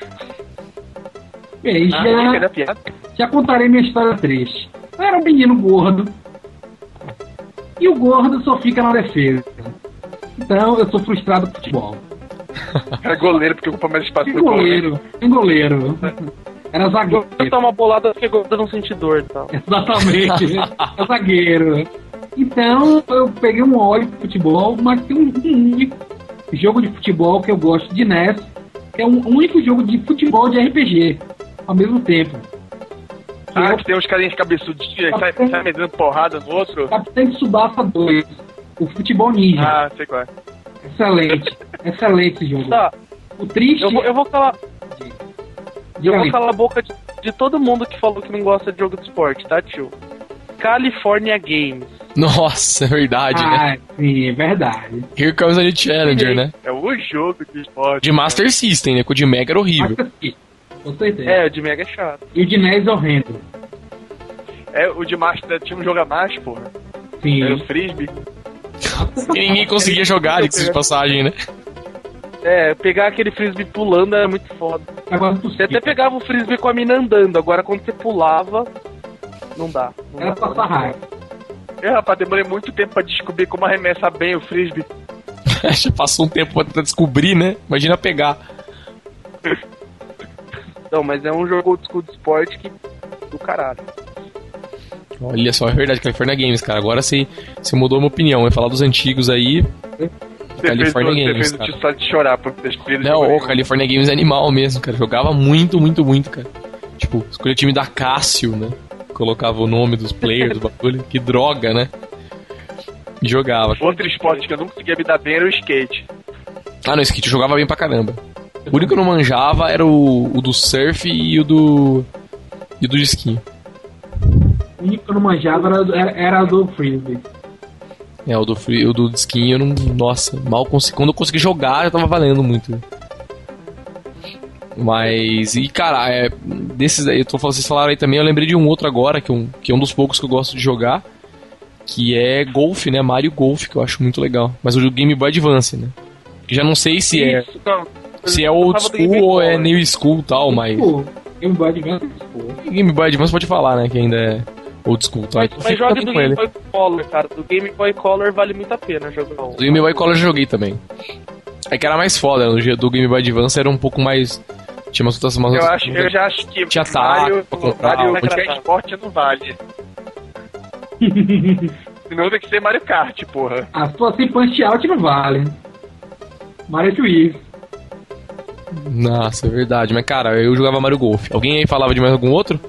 Bem, Ah, já, era piada. já contarei minha história triste. Eu era um menino gordo. E o gordo só fica na defesa. Então eu sou frustrado com futebol. Era goleiro porque ocupa mais espaço Tem no gol. né? goleiro, tem goleiro. Era zagueiro. Eu tava uma bolada porque gosta não sente dor e tal. Exatamente. É zagueiro. Então eu peguei um óleo pro futebol, mas tem um, um único jogo de futebol que eu gosto de N E S, que é um único jogo de futebol de R P G ao mesmo tempo. Que é Ah, o que tem uns carinhas cabeçudinhos, sai, sai metendo porrada no outro. Capitão Tsubasa dois, o futebol ninja. Ah, sei qual é. Excelente. Excelente esse jogo. Tá, O triste. eu vou, eu vou calar, Diga eu vou aí. calar a boca de, de todo mundo que falou que não gosta de jogo de esporte, tá, tio? California Games. Nossa, é verdade, né? Ah, sim, é verdade. Here comes a new challenger, né? É o jogo de esporte. De Master System, né? Que o de Mega era horrível. Mas, assim, com certeza. É, o de Mega é chato. E o de N E S é horrendo. É, o de Master tinha um jogo a mais, porra. Sim. Era o Frisbee. E ninguém conseguia jogar, diga-se de passagem, né? É, pegar aquele frisbee pulando era muito foda. Agora Você até pegava o frisbee com a mina andando, agora quando você pulava, não dá. Não Era dá. passar raiva. Eu, rapaz, demorei muito tempo pra descobrir como arremessar bem o Frisbee. Já passou um tempo pra tentar descobrir, né? Imagina pegar. Não, mas é um jogo old school de esporte que do caralho. Olha só, é verdade, California Games, cara. Agora você, você mudou minha opinião. Vai falar dos antigos aí. California você Games, fez o cara. tio só de chorar por ter escolhido Não, jogo o California Games é animal mesmo, cara. Jogava muito, muito, muito, cara. Tipo, escolhi o time da Cássio, né? colocava o nome dos players do bagulho. Que droga, né? E jogava. Outro esporte que eu não conseguia me dar bem era o skate. Ah, no skate eu jogava bem pra caramba. O único que eu não manjava era o, o do surf e o do. E o do esqui. O único que eu não manjava era, era, era do frisbee. É, o do, free, o do esqui eu não. Nossa, mal consegui. Quando eu consegui jogar, já tava valendo muito. Mas. E cara, é, desses aí, eu tô falando, vocês falaram aí também, eu lembrei de um outro agora, que, um, que é um dos poucos que eu gosto de jogar. Que é Golf, né? Mario Golf, que eu acho muito legal. Mas o do Game Boy Advance, né? Já não sei se é. Isso, não. Se é old school ou é new school e tal, mas. Pô, Game Boy Advance, pô. Game Boy Advance pode falar, né? Que ainda é old school, tá? Mas, Então mas fica joga também do com Game ele. Boy Color, cara. Do Game Boy Color vale muito a pena jogar o. Do Game Boy Color eu já joguei também. É que era mais foda, né? Do Game Boy Advance era um pouco mais. Tinha umas outras. Umas Eu, outras acho, eu já acho que Tinha Mario, taco pra comprar, Mario vai qualquer tratar. esporte não vale. Senão tem que ser Mario Kart, porra. Ah, se for assim, Punch Out não vale. Mario Twist. Nossa, é verdade. Mas cara, eu jogava Mario Golf. Alguém aí falava de mais algum outro?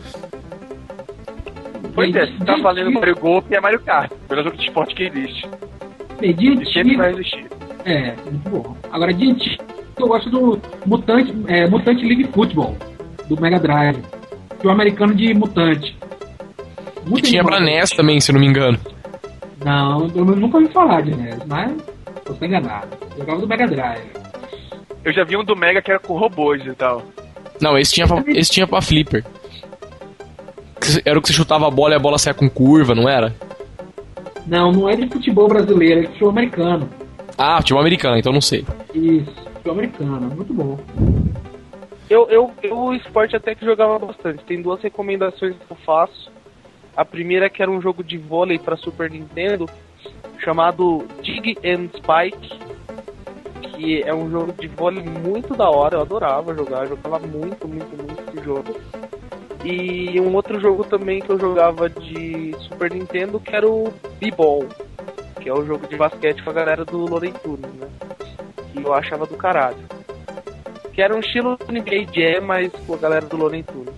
Pois é, se tá valendo Mario Golf é Mario Kart. O melhor jogo de esporte que existe. Bem, de E sempre vai antigo. existir. É, muito bom. Agora, de antigo, eu gosto do Mutante, é, Mutante League Football, do Mega Drive. Que é o americano de Mutante. Que Muito tinha animal. pra N E S também, se eu não me engano. Não, eu nunca ouvi falar de N E S, mas tô sem enganado. Eu jogava do Mega Drive. Eu já vi um do Mega que era com robôs e tal. Não, esse tinha pra, esse tinha pra Flipper. Era o que você chutava a bola e a bola saia com curva, não era? Não, não é de futebol brasileiro, é de futebol americano. Ah, futebol americano, então não sei. Isso, futebol americano, muito bom. Eu, eu, eu, o esporte até que jogava bastante. Tem duas recomendações que eu faço. A primeira é que era um jogo de vôlei para Super Nintendo chamado Dig and Spike, que é um jogo de vôlei muito da hora, eu adorava jogar, eu jogava muito, muito, muito esse jogo. E um outro jogo também que eu jogava de Super Nintendo, que era o B-Ball, que é o jogo de basquete com a galera do Looney Tunes, né? Que eu achava do caralho. Que era um estilo N B A Jam, mas com a galera do Looney Tunes.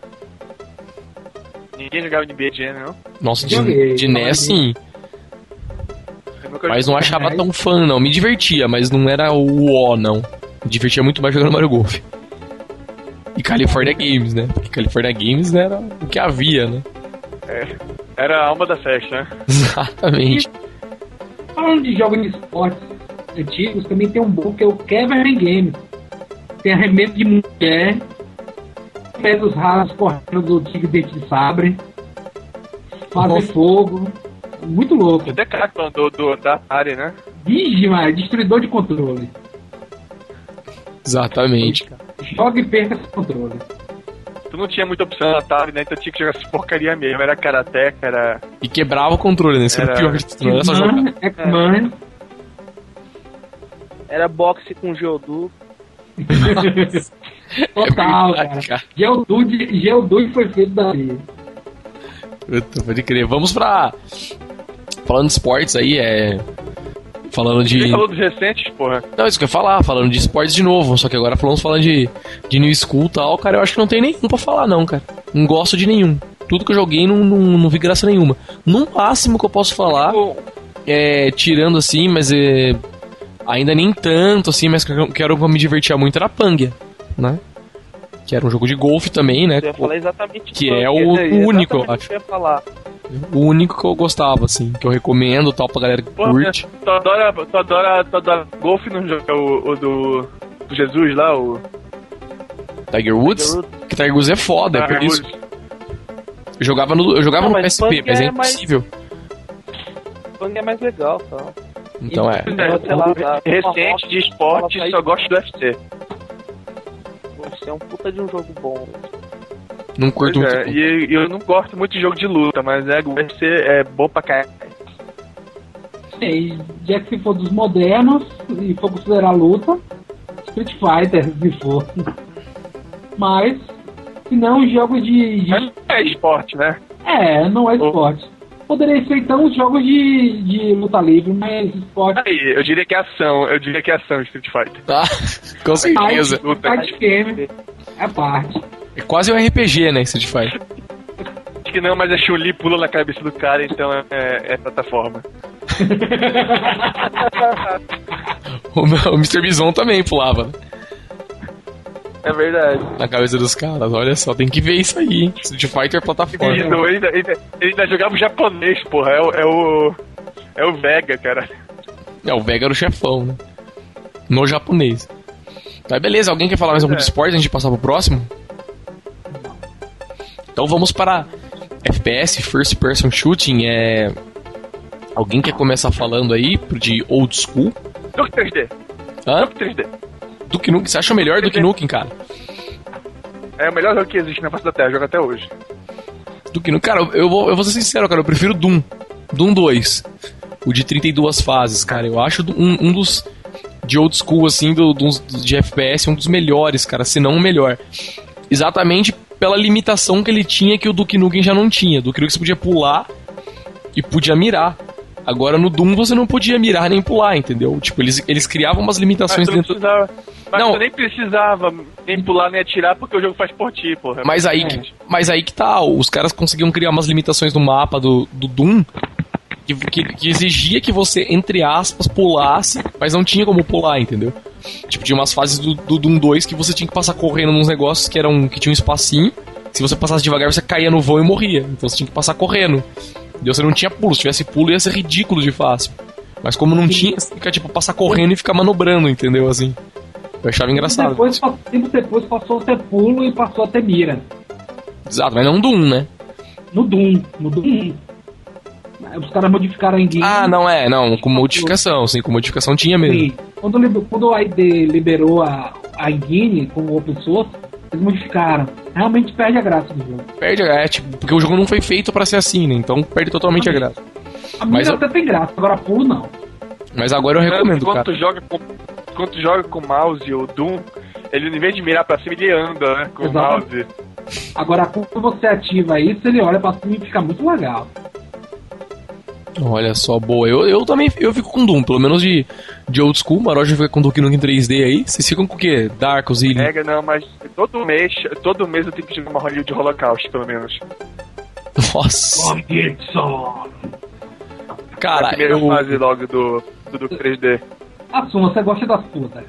Ninguém jogava N B A Jam, não? Nossa, de, Joguei, de N E S sim. Eu nunca Mas não joguei. achava tão fã, não. Me divertia, mas não era o ó, não. Me divertia muito mais jogando Mario Golf. E California Games, né? Porque California Games era o que havia, né? Era a alma da festa, né? Exatamente. Falando de jogos de esportes antigos, também tem um bom que é o Cavern Games. Tem arremesso de mulher, pés rasos correndo do tigre dente de sabre, fazer Nossa. fogo. Muito louco. O Decathlon do, do, da área, né? Vige, mano, destruidor de controle. Exatamente, cara. Joga e perca esse controle. Tu não tinha muita opção na Atari, né? Então tinha que jogar essa porcaria mesmo. Era Karateka, era... E quebrava o controle, né? Isso era o Era- pior de tudo. Não era só jogar. X-Man, X-Man. Era boxe com Geodude. Total, É verdade, cara. Geodude, Geodude foi feito daí. Puta, pode crer. Vamos pra... Falando de esportes aí, é... Falando de... Você falou dos recentes, porra. Não, isso que eu ia falar, falando de esportes de novo. Só que agora falamos falando de, de New School e tal, cara, eu acho que não tem nenhum pra falar não, cara. Não gosto de nenhum. Tudo que eu joguei não, não, não vi graça nenhuma. No máximo que eu posso falar, é, tirando assim, mas é, ainda nem tanto assim, mas que eu quero me divertir muito, era Pangia, né? Que era um jogo de golfe também, né? Eu ia falar exatamente Que isso, é quer o dizer, único, eu exatamente o acho. que eu ia falar. O único que eu gostava, assim, que eu recomendo tal pra galera que Porra, curte. tu adora, tu adora, tu adora golfe no jogo, o, o do, do Jesus lá, o... Tiger Woods? Geodude. Que Tiger Woods é foda, é por Tiger isso. Woods. Eu jogava no, eu jogava Não, no mas P S P, Pangia mas é é mais- impossível. O Pang é mais legal, tá? Então é. É, Sei lá, dá- recente de esporte, só gosto do U F C. Você é um puta de um jogo bom. Não curto Pois muito. é, e e eu não gosto muito de jogo de luta, mas é, o U F C é bom pra caralho. E já que se for dos modernos e for considerar luta, Street Fighter, se for. Mas, se não, jogos de, de- Mas não é esporte, né? É, não é esporte. Poderia ser então os jogos de, de luta livre, mas esporte. Aí, eu diria que é ação, eu diria que é ação Street Fighter. Tá, com certeza. Luta. Fight game é parte. É quase um R P G, né, Street Fighter. Acho que que não, mas a Chun-Li pula na cabeça do cara, então é, é plataforma. o, o mister Bison também pulava, né? É verdade. Na cabeça dos caras, olha só, tem que ver isso aí, hein? Street Fighter plataforma. Isso, ele, ainda, ele, ele ainda jogava o japonês, porra. É o, é o. É o Vega, cara. É, o Vega era o chefão, né? No japonês. Tá, beleza, alguém quer falar mais algum de esporte antes de passar pro próximo? Então vamos para F P S, First Person Shooting. É... Alguém quer começar falando aí de Old School? Duke três D. Hã? Duke três D. Duke Nukem, você acha melhor Duke Nukem, cara? É o melhor jogo que existe na face da Terra, jogo até hoje. Duke Nukem, cara, eu vou, eu vou ser sincero, cara, eu prefiro Doom. Doom dois. O de trinta e duas fases, cara. Eu acho um, um dos de old school, assim, do, do, de F P S, um dos melhores, cara, se não o melhor. Exatamente pela limitação que ele tinha que o Duke Nukem já não tinha. Duke Nukem você podia pular e podia mirar. Agora no Doom você não podia mirar nem pular, entendeu? Tipo, eles, eles criavam umas limitações mas dentro... Precisava, mas não. tu nem precisava nem pular nem atirar porque o jogo faz por ti, porra. Mas aí, que, mas aí que tá, os caras conseguiam criar umas limitações no mapa do, do Doom que, que, que exigia que você, entre aspas, pulasse, mas não tinha como pular, entendeu? Tipo, tinha umas fases do, do Doom dois que você tinha que passar correndo nos negócios que, eram, que tinha um espacinho. Se você passasse devagar, você caía no vão e morria. Então você tinha que passar correndo. E você não tinha pulo. Se tivesse pulo, ia ser ridículo de fácil. Mas como não tinha, você fica, tipo, passar correndo e ficar manobrando, entendeu? Assim. Eu achava engraçado. Depois, tempo depois passou a ter pulo e passou a ter mira. Exato, mas não Doom, né? No Doom. No Doom. Os caras modificaram a engine. Ah, não é. Não, com modificação. Sim, com modificação tinha mesmo. Sim. Quando, quando a I D liberou a, a engine como open source, eles modificaram. Realmente perde a graça do jogo. Perde a graça, tipo, porque o jogo não foi feito pra ser assim, né? Então perde totalmente a graça. A minha mas até eu... tem graça, agora pulo não. Mas agora eu recomendo, quando cara. Tu joga com, quando tu joga com o mouse ou Doom, ele em vez de mirar pra cima, ele anda, né? Com Exato. o mouse. Agora, quando você ativa isso, ele olha pra cima e fica muito legal. Olha só, boa. Eu, eu também eu fico com Doom, pelo menos de, de old school. Maroja fica com Duke Nukem três D aí. Vocês ficam com o quê? Dark, Ozillion? É, não, mas todo mês, todo mês eu tenho que jogar uma rolha de Holocaust, pelo menos. Nossa. Cara, a primeira eu... fase logo do, do Duke três D. Assuma, você gosta das putas.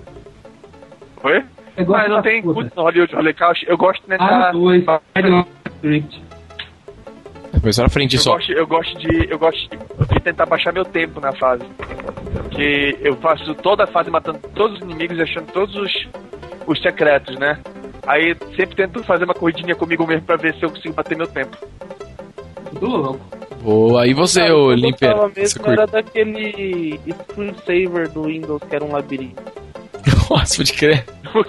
Oi? Mas não tem puta no Hollywood Holocaust. Eu gosto nessa... Ah, dois. Street. Começou na frente eu só. Gosto, eu gosto de eu gosto de tentar baixar meu tempo na fase. Que eu faço toda a fase matando todos os inimigos e achando todos os, os secretos, né? Aí sempre tento fazer uma corridinha comigo mesmo pra ver se eu consigo bater meu tempo. Tudo louco. Boa, e você, Cara, ô eu Limper? gostava mesmo era daquele screensaver do Windows que era um labirinto. Nossa, pode crer.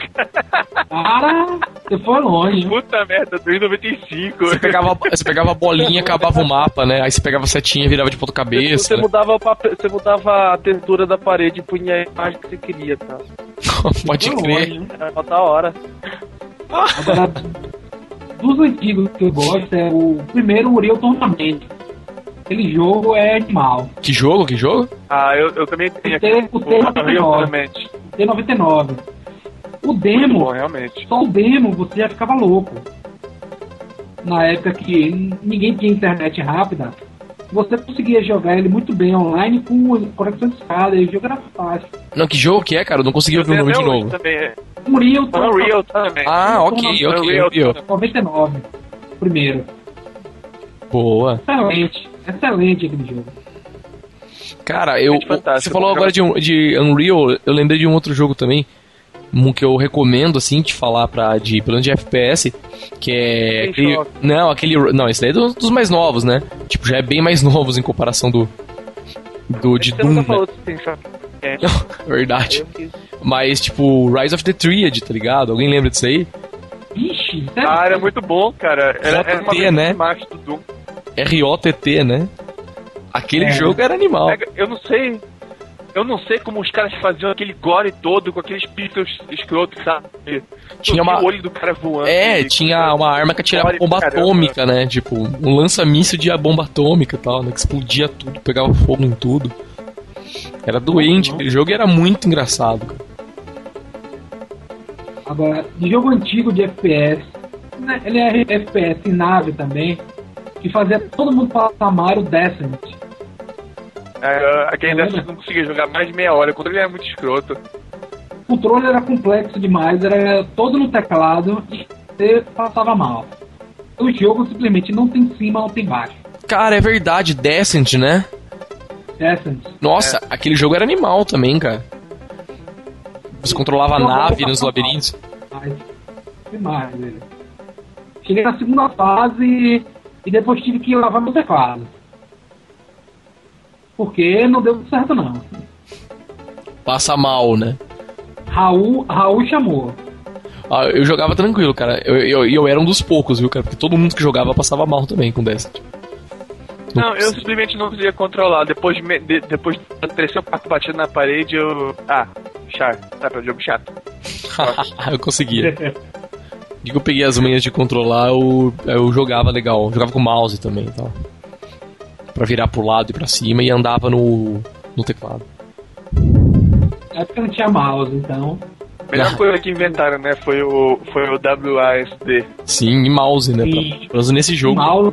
Cara, você foi longe. hein? Puta merda, dois noventa e cinco. Você pegava, você pegava a bolinha, acabava o mapa, né? Aí você pegava a setinha e virava de ponta cabeça. Você né? mudava, o papel, você mudava a textura da parede e punha a imagem que você queria, cara. Pode Foi crer. longe, hein? Era mó da hora. Agora, dos antigos que eu gosto é o primeiro Unreal Tournament. Aquele jogo é animal. Que jogo, que jogo? Ah, eu, eu também tenho aqui. O T noventa e nove. T noventa e nove. O demo, Bom, realmente. só o demo você já ficava louco. Na época que ninguém tinha internet rápida, você conseguia jogar ele muito bem online com conexão de escada, e o jogo era fácil. Não, que jogo que é, cara? Eu não consegui ouvir o nome de novo. Também. Unreal Unreal também. Ah, ok, ok, Unreal. noventa e nove. Primeiro. Boa. Excelente. Excelente aquele jogo. Cara, eu, fantástico. você falou agora de, um, de Unreal, eu lembrei de um outro jogo também, um que eu recomendo, assim, te falar pra, de, pelo menos de F P S, que é... Aquele, não, aquele... Não, esse daí é dos, dos mais novos, né? Tipo, já é bem mais novos em comparação do... do de Você Doom, nunca né? falou do System Shock. É. Verdade. Eu quis- Mas, tipo, Rise of the Triad, tá ligado? Alguém lembra disso aí? Vixe, sério? Ah, era muito bom, cara. Era, era uma J T, né? mais do Doom. R O T T, né? Aquele É. jogo era animal. Pega- Eu não sei. Eu não sei como os caras faziam aquele gore todo com aqueles pixels escrotos, sabe? Tinha Eu vi uma- o olho do cara voando. É, e- tinha uma arma que atirava Gore, bomba caramba. atômica, né? Tipo, um lança-míssil de bomba atômica e tal, né? Que explodia tudo, pegava fogo em tudo. Era doente, aquele jogo era muito engraçado, cara. Agora, de jogo antigo de F P S, né, ele é F P S em nave também. que fazia todo mundo passar Mario Descent. É, aquele dessa não conseguia jogar mais de meia hora, o controle era muito escroto. O controle era complexo demais, era todo no teclado e você passava mal. O jogo simplesmente não tem cima, não tem baixo. Cara, é verdade, Descent, né? Descent. Nossa, é. Aquele jogo era animal também, cara. Você controlava a nave nos labirintos. Demais, velho. Cheguei na segunda fase e depois tive que lavar meu teclado. Porque não deu muito certo, não. Passa mal, né? Raul, Raul chamou. Ah, eu jogava tranquilo, cara. Eu, eu, eu era um dos poucos, viu, cara? Porque todo mundo que jogava passava mal também com Descent. Não, eu simplesmente não conseguia controlar. Depois de, de, depois de terceiro quarto batido na parede, eu... Ah, chato. Tá, pra jogo chato. Eu conseguia. De que eu peguei as manhas de controlar, eu, eu jogava legal. Eu jogava com mouse também e tal. Pra virar pro lado e pra cima e andava no, no teclado. É porque não tinha mouse, então... A melhor coisa que inventaram, né, foi o, foi o W A S D. Sim, e mouse, né? Pra, pra nesse jogo. Mouse.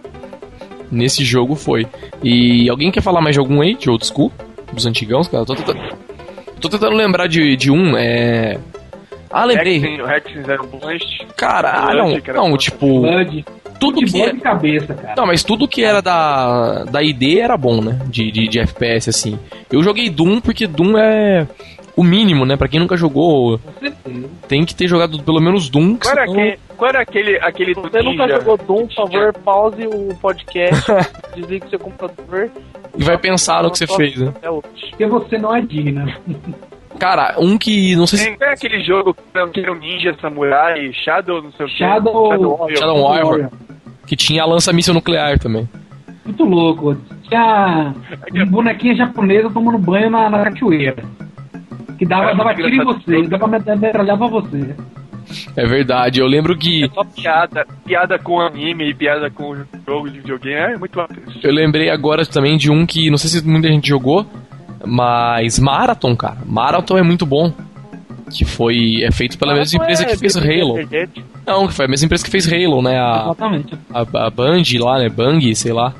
Nesse jogo foi. E alguém quer falar mais de algum aí, de old school? Dos antigãos, cara? Tô tentando, tô tentando lembrar de, de um, é... Ah, lembrei. O Hexen Zero Blast. Cara, ah, não, não, tipo... Blood. Tudo que é... de cabeça, cara. Não, mas tudo que era da, da I D era bom, né? De, de, de F P S, assim. Eu joguei Doom porque Doom é... o mínimo, né? Pra quem nunca jogou, tem que ter jogado pelo menos Doom. Qual era, senão... aquele, qual era aquele, aquele Se você nunca jogou Doom, por favor, pause o podcast, desligue o seu computador. E vai pensar no que você fez, né? Porque você não é digna. Cara, um que, não sei se... Tem aquele jogo que era um ninja, samurai, Shadow, não sei o que. Shadow... Shadow Warrior. Shadow Warrior. Que tinha a lança-míssil nuclear também. Muito louco. Tinha uma bonequinha japonesa tomando banho na, na cachoeira. Que dava, dava tiro em você, dava metralhar pra você. É verdade, eu lembro que... É só piada, piada com anime e piada com jogo de videogame, é muito rápido. Eu lembrei agora também de um que, não sei se muita gente jogou, mas Marathon, cara. Marathon é muito bom. Que foi, é feito pela mesma empresa que fez Halo. Não, que foi a mesma empresa que fez Halo, né? A, Exatamente. A, a Band lá, né? Bang, sei lá.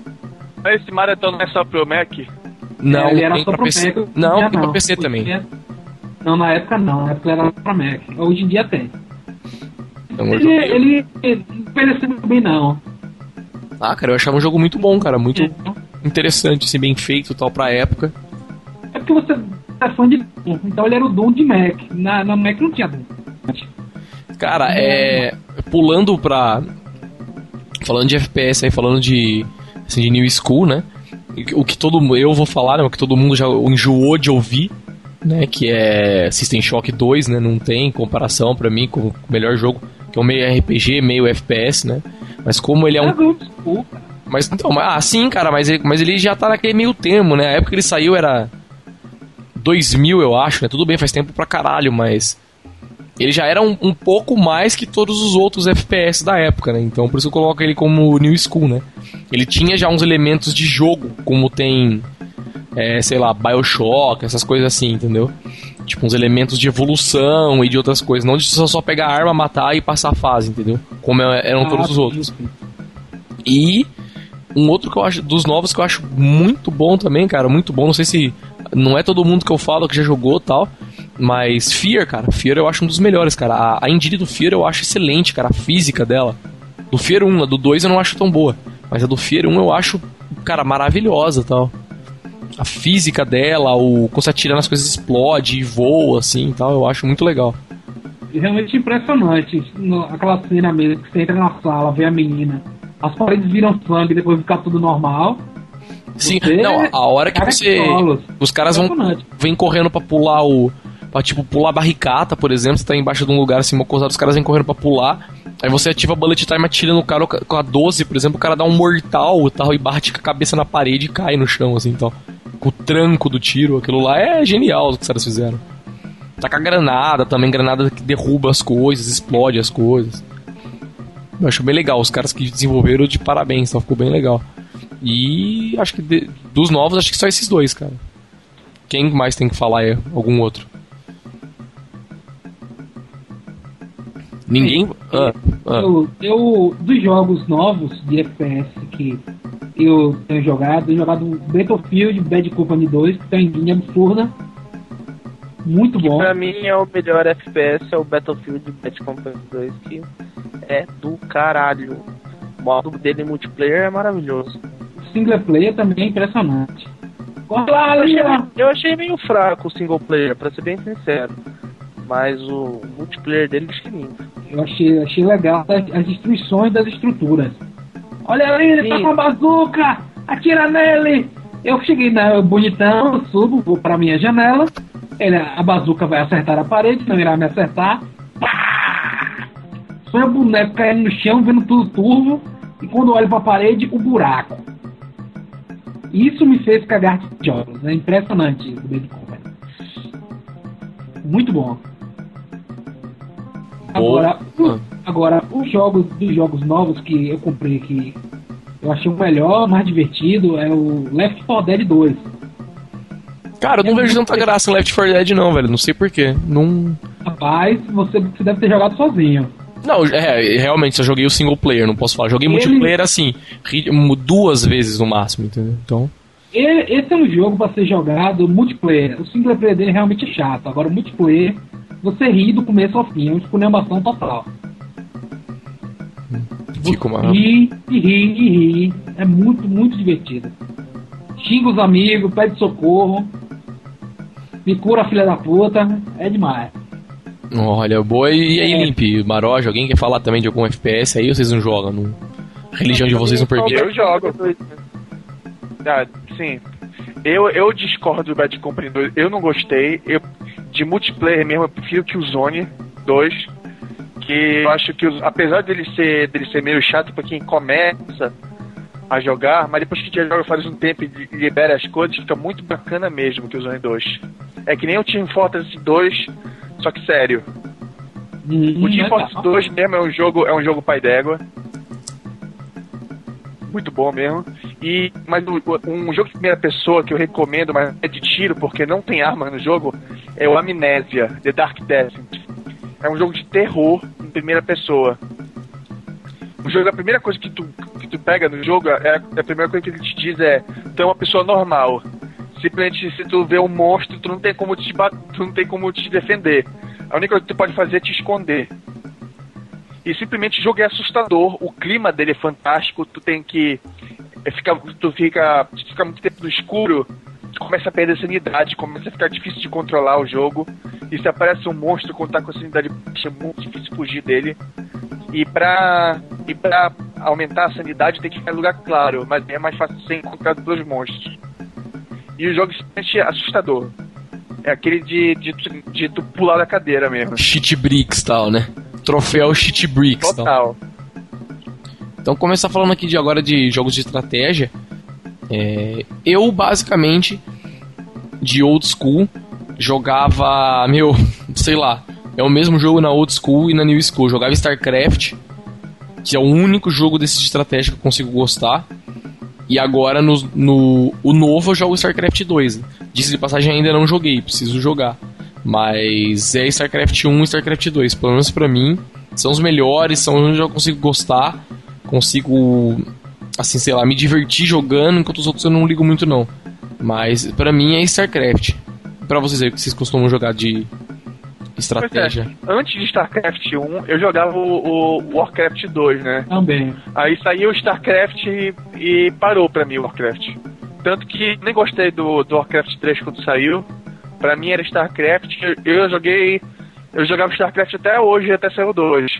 Mas esse Marathon não é só pro Mac? Não, é, ele era tem só pra pro P C. Mac. Não, Não, tem pra P C também. Tinha... Não, na época não. Na época era pra Mac. Hoje em dia tem. Então, eu Ele, joguei. ele, ele não envelheceu muito bem, não. Ah, cara, eu achava um jogo muito bom, cara. Muito Então, interessante, assim, bem feito e tal pra época. é porque você é fã de Doom. Então ele era o Doom de Mac. Na, na Mac não tinha Doom. Cara, é... Pulando pra... Falando de F P S aí, falando de... Assim, de New School, né? O que todo... Eu vou falar, né? O que todo mundo já enjoou de ouvir, né? Que é System Shock dois, né? Não tem comparação pra mim com o melhor jogo. Que é um meio R P G, meio F P S, né? Mas como ele é um... É Doom, desculpa. Mas então, ah, sim, cara, mas ele, mas ele já tá naquele meio termo, né? A época que ele saiu era dois mil, eu acho, né? Tudo bem, faz tempo pra caralho, mas ele já era um, um pouco mais que todos os outros F P S da época, né? Então por isso eu coloco ele como New School, né? Ele tinha já uns elementos de jogo, como tem, é, sei lá, BioShock, essas coisas assim, entendeu? Tipo, uns elementos de evolução e de outras coisas, não de só, só pegar a arma, matar e passar a fase, entendeu? Como eram todos Ah, os outros. sim. E um outro que eu acho, dos novos que eu acho muito bom também, cara, muito bom, não sei se não é todo mundo que eu falo que já jogou e tal, mas Fear, cara, Fear eu acho um dos melhores, cara. A, a engine do Fear eu acho excelente, cara, a física dela. Do Fear um, a do dois eu não acho tão boa, mas a do Fear um eu acho, cara, maravilhosa, tal. A física dela, o quando você atira nas coisas explode e voa assim, tal, eu acho muito legal. Realmente impressionante. No- Aquela cena mesmo que você entra na sala, vê a menina, as paredes viram sangue e depois fica tudo normal. Sim, Você- não, a hora que cara, você que solos. os caras vão Impressionante. vêm correndo pra pular o pra, tipo, pular a barricata, por exemplo, você tá embaixo de um lugar assim, mocosado, os caras vêm correndo pra pular. Aí você ativa a bullet time, atira no cara com a doze, por exemplo, o cara dá um mortal e tal, e bate com a cabeça na parede e cai no chão, assim, então. Com o tranco do tiro, aquilo lá é genial o que os caras fizeram. Tá com a granada também, granada que derruba as coisas, explode as coisas. Eu acho bem legal, os caras que desenvolveram de parabéns, então ficou bem legal. E acho que de- dos novos, acho que só esses dois, cara. Quem mais tem que falar é algum outro? Ninguém. É, ah, ah. Eu, eu, dos jogos novos de F P S que eu tenho jogado, tenho jogado Battlefield Bad Company dois, que tem linha absurda. Muito Que bom. pra mim é o melhor F P S, é o Battlefield Bad Company dois, que é do caralho. O modo dele multiplayer é maravilhoso. O single player também é impressionante. Olha lá, Eu achei, ali, eu achei meio fraco o single player, pra ser bem sincero. Mas o multiplayer dele é lindo. eu achei, achei legal as, as destruições das estruturas. Olha ali, ele tá Sim. com a bazuca! Atira nele! Eu cheguei na bonitão, eu subo, vou pra minha janela. Ele, a bazuca vai acertar a parede, não irá me acertar. Pá! Foi o boneco caindo no chão, vendo tudo turvo. E quando olho pra parede, o buraco. Isso me fez cagar de jogos. É impressionante o Bad Company. Muito bom. Agora, Boa. o- agora, os jogos dos jogos novos que eu comprei que eu achei o melhor, mais divertido, é o Left four Dead dois. Cara, eu não É vejo muito tanta graça em Left four Dead, não, velho. Não sei porquê. Não. Rapaz, você, você deve ter jogado sozinho. Não, é, realmente, só joguei o single player, não posso falar. Joguei Ele- multiplayer assim, ri- duas vezes no máximo, entendeu? Então. Ele- esse é um jogo para ser jogado multiplayer. O single player dele realmente é chato. Agora o multiplayer, você ri do começo ao fim. É uma esculhambação total. Fica uma. Ri, e ri, e ri. É muito, muito divertido. Xinga os amigos, pede socorro. Me cura, filha da puta. É demais. Olha, boa. E aí, É. Limp, Maroja, alguém quer falar também de algum F P S aí ou vocês não jogam? Não... A religião de vocês não permite. Eu jogo. Ah, sim. Eu, eu discordo do Bad Company dois. Eu não gostei. Eu, de multiplayer mesmo, eu prefiro que o Zone dois. Que eu acho que, os- apesar dele ser, dele ser meio chato pra quem começa a jogar, mas depois que já joga faz um tempo e libera as coisas, fica muito bacana mesmo que o Zone dois. É que nem o Team Fortress dois, só que sério. Hum, O Team é Fortress legal. dois mesmo é um jogo, é um jogo pai d'égua. Muito bom mesmo. E, mas o- o- um jogo de primeira pessoa que eu recomendo, mas é de tiro porque não tem arma no jogo, é o Amnésia, The Dark Descent. É um jogo de terror em primeira pessoa. O jogo, a primeira coisa que tu, que tu pega no jogo, é, a primeira coisa que ele te diz é: tu é uma pessoa normal. Simplesmente, se tu vê um monstro, tu não tem como te, bat- tu não tem como te defender. A única coisa que tu pode fazer é te esconder. E simplesmente o jogo é assustador, o clima dele é fantástico, tu tem que. é, Fica, tu fica. Tu fica muito tempo no escuro, tu começa a perder sanidade, começa a ficar difícil de controlar o jogo. E se aparece um monstro quando tá com a sanidade baixa, é muito difícil fugir dele. E pra. E pra aumentar a sanidade tem que ficar em lugar claro, mas é mais fácil de ser encontrado pelos monstros. E o jogo é simplesmente assustador. É aquele de, de, de, de tu pular da cadeira mesmo. Shit Bricks tal, né? Troféu Shit Bricks tal. Total. Então, começar falando aqui de agora de jogos de estratégia. É, eu, basicamente, de old school, jogava, meu, sei lá, é o mesmo jogo na old school e na new school. Eu jogava StarCraft, que é o único jogo desse de estratégia que eu consigo gostar. E agora, no, no o novo, eu jogo StarCraft dois. Disse de passagem, ainda não joguei, preciso jogar. Mas é StarCraft um e StarCraft dois. Pelo menos pra mim, são os melhores, são onde eu consigo gostar. Consigo, assim, sei lá, me divertir jogando, enquanto os outros eu não ligo muito, não. Mas pra mim é StarCraft. Pra vocês aí, o que vocês costumam jogar de estratégia? Pois é, antes de StarCraft um, eu jogava o, o Warcraft dois, né? Também. Aí saiu o StarCraft e, e parou pra mim o Warcraft. Tanto que nem gostei do, do Warcraft três quando saiu. Pra mim era StarCraft. Eu, eu joguei. Eu jogava StarCraft até hoje, até saiu o dois.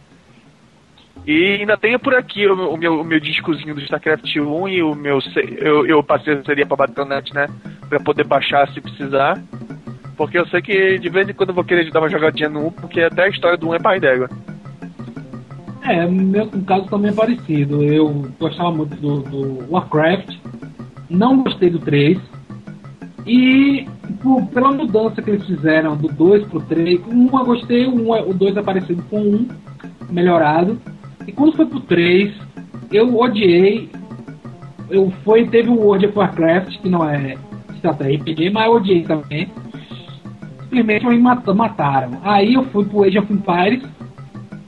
E ainda tenho por aqui o, o, meu, o meu discozinho do StarCraft um e o meu. se- Eu, eu passei seria pra Battle.net, né? Pra poder baixar se precisar. Porque eu sei que de vez em quando eu vou querer dar uma jogadinha no um, porque até a história do um é pai d'égua. É, meu caso também é parecido. Eu gostava muito do, do Warcraft, não gostei do três. E por, pela mudança que eles fizeram do dois pro três, um eu gostei, o, um, o dois é parecido com o um, melhorado. E quando foi pro três, eu odiei. Eu foi, teve o World of Warcraft, que não é estratégia R P G, mas eu odiei também. Simplesmente me mat- mataram. Aí eu fui pro Age of Empires,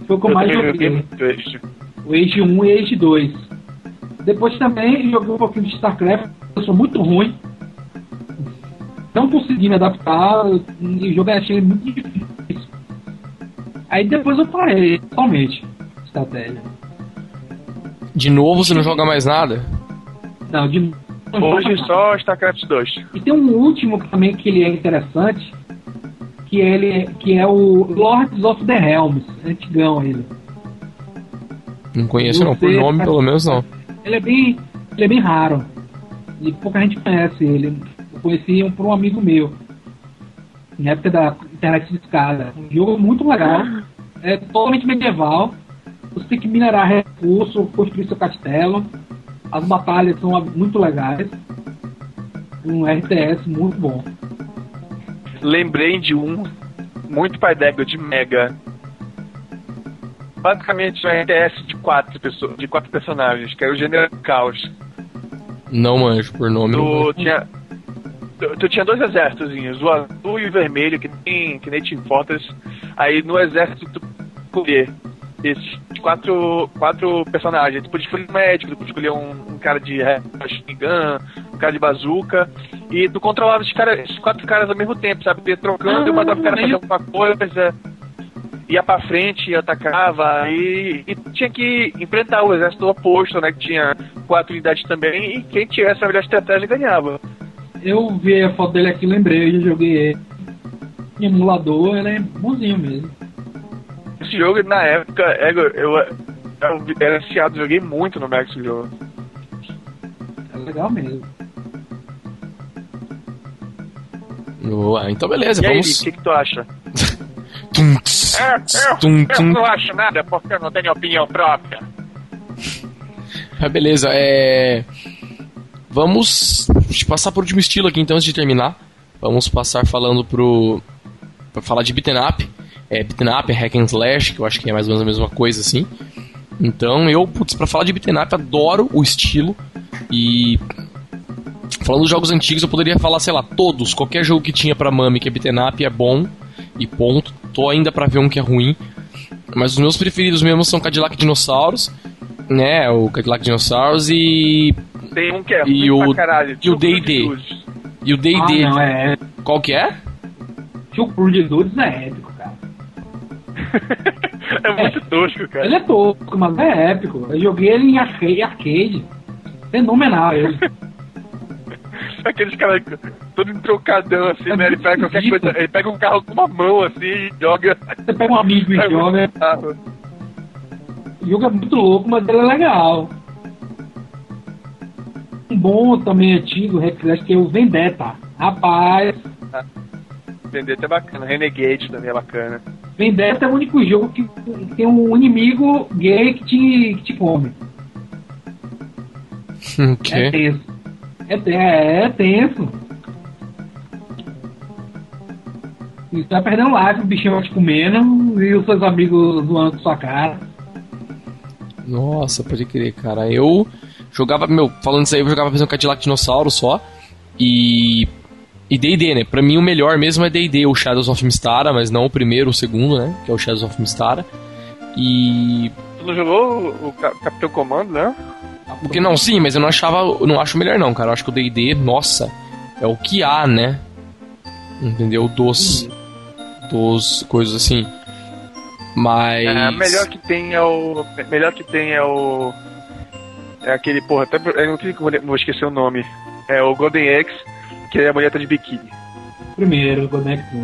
Foi o que eu mais joguei. O Age um e Age dois. Depois também joguei um pouquinho de StarCraft, eu sou muito ruim. Não consegui me adaptar, e o jogo eu achei muito difícil. Aí depois eu parei, totalmente, estratégia. De novo você não joga mais nada? Não, de Hoje só StarCraft dois. E tem um último também que ele é interessante, que, ele, que é o Lords of the Realms, antigão ele. Não conheço não, por nome pelo menos não. Ele é bem, ele é bem raro, e pouca gente conhece ele. Eu conheci um por um amigo meu, na época da internet de escada. Um jogo muito legal, é totalmente medieval. Você tem que minerar recursos, construir seu castelo. As batalhas são muito legais. Um R T S muito bom. Lembrei de um muito pai d'égua de Mega. Basicamente um R T S de quatro pessoas, de quatro personagens, que era o General Chaos. Não manjo por nome. Tu tinha, tu, tu tinha dois exércitos, o azul e o vermelho, que nem, que nem Team Fortress. Aí no exército tu podia esses quatro, quatro personagens. Tu podia escolher um médico, tu podia escolher um, um cara de machine gun, um cara de bazuca, e tu controlava esses, cara, esses quatro caras ao mesmo tempo, sabe? Tu ia trocando, ah, e mandava o cara fazer alguma coisa, ia pra frente, atacava, e, e tinha que enfrentar o exército oposto, né? Que tinha quatro unidades também, e quem tivesse a melhor estratégia ganhava. Eu vi a foto dele aqui, lembrei, eu joguei ele. Em emulador, ele é bonzinho mesmo. Esse jogo, na época, eu, eu, eu era viciado, joguei muito no Max jogo. É legal mesmo. Boa, então beleza, e vamos... aí, o que, que tu acha? tum, tss, é, eu, tum, tum. eu não acho nada, porque eu não tenho opinião própria. Ah, beleza, é... Vamos passar por último estilo aqui, então, antes de terminar. Vamos passar falando pro... Pra falar de beat'em up. É, beat'em up, é hack and slash, que eu acho que é mais ou menos a mesma coisa, assim. Então, eu, putz, pra falar de beat'em up, adoro o estilo. E... Falando dos jogos antigos, eu poderia falar, sei lá, todos. Qualquer jogo que tinha pra Mami que é beat'em up é bom. E ponto. Tô ainda pra ver um que é ruim. Mas os meus preferidos mesmo são Cadillac Dinossauros, né? O Cadillac Dinossauros e... Tem um que é e ruim o, pra caralho. E o D e D. E o D e D. Ah, não, é... Qual que é? Tio Crew de Dudes é épico, cara. É muito tosco, cara. Ele é tosco, mas é épico. Eu joguei ele em arcade. arcade. Fenomenal ele. Aqueles caras todo entrocadão assim, é, né? Ele pega qualquer coisa, ele pega um carro com uma mão assim e joga. Você pega um amigo e é joga. O jogo é muito louco, mas ele é legal. Um bom também antigo, Reclash, que é o Vendetta. Rapaz. Ah, Vendetta é bacana, Renegade também é bacana. Vendetta é o único jogo que tem um inimigo gay que te, que te come. Okay. É tenso. É, é, é tenso. Você tá perdendo live, o bichinho vai te comendo e os seus amigos zoando com sua cara. Nossa, pode crer, cara. Eu jogava, meu, falando isso aí, eu jogava fazendo Cadillac Dinossauro só. E. E D e D, né? Pra mim o melhor mesmo é D e D, o Shadows of Mystara, mas não o primeiro, o segundo, né? Que é o Shadows of Mystara. E. Tu não jogou o Capitão Comando, né? Porque não, sim, mas eu não achava. Eu não acho melhor não, cara. Eu acho que o D e D, nossa, é o que há, né? Entendeu? Dos. Uhum. Dos coisas assim. Mas. É, melhor que tem é o. Melhor que tem é o. É aquele, porra, até. Eu não sei como vou esquecer o nome. É o Golden Axe, que é a mulher de biquíni. Primeiro, o Golden Axe.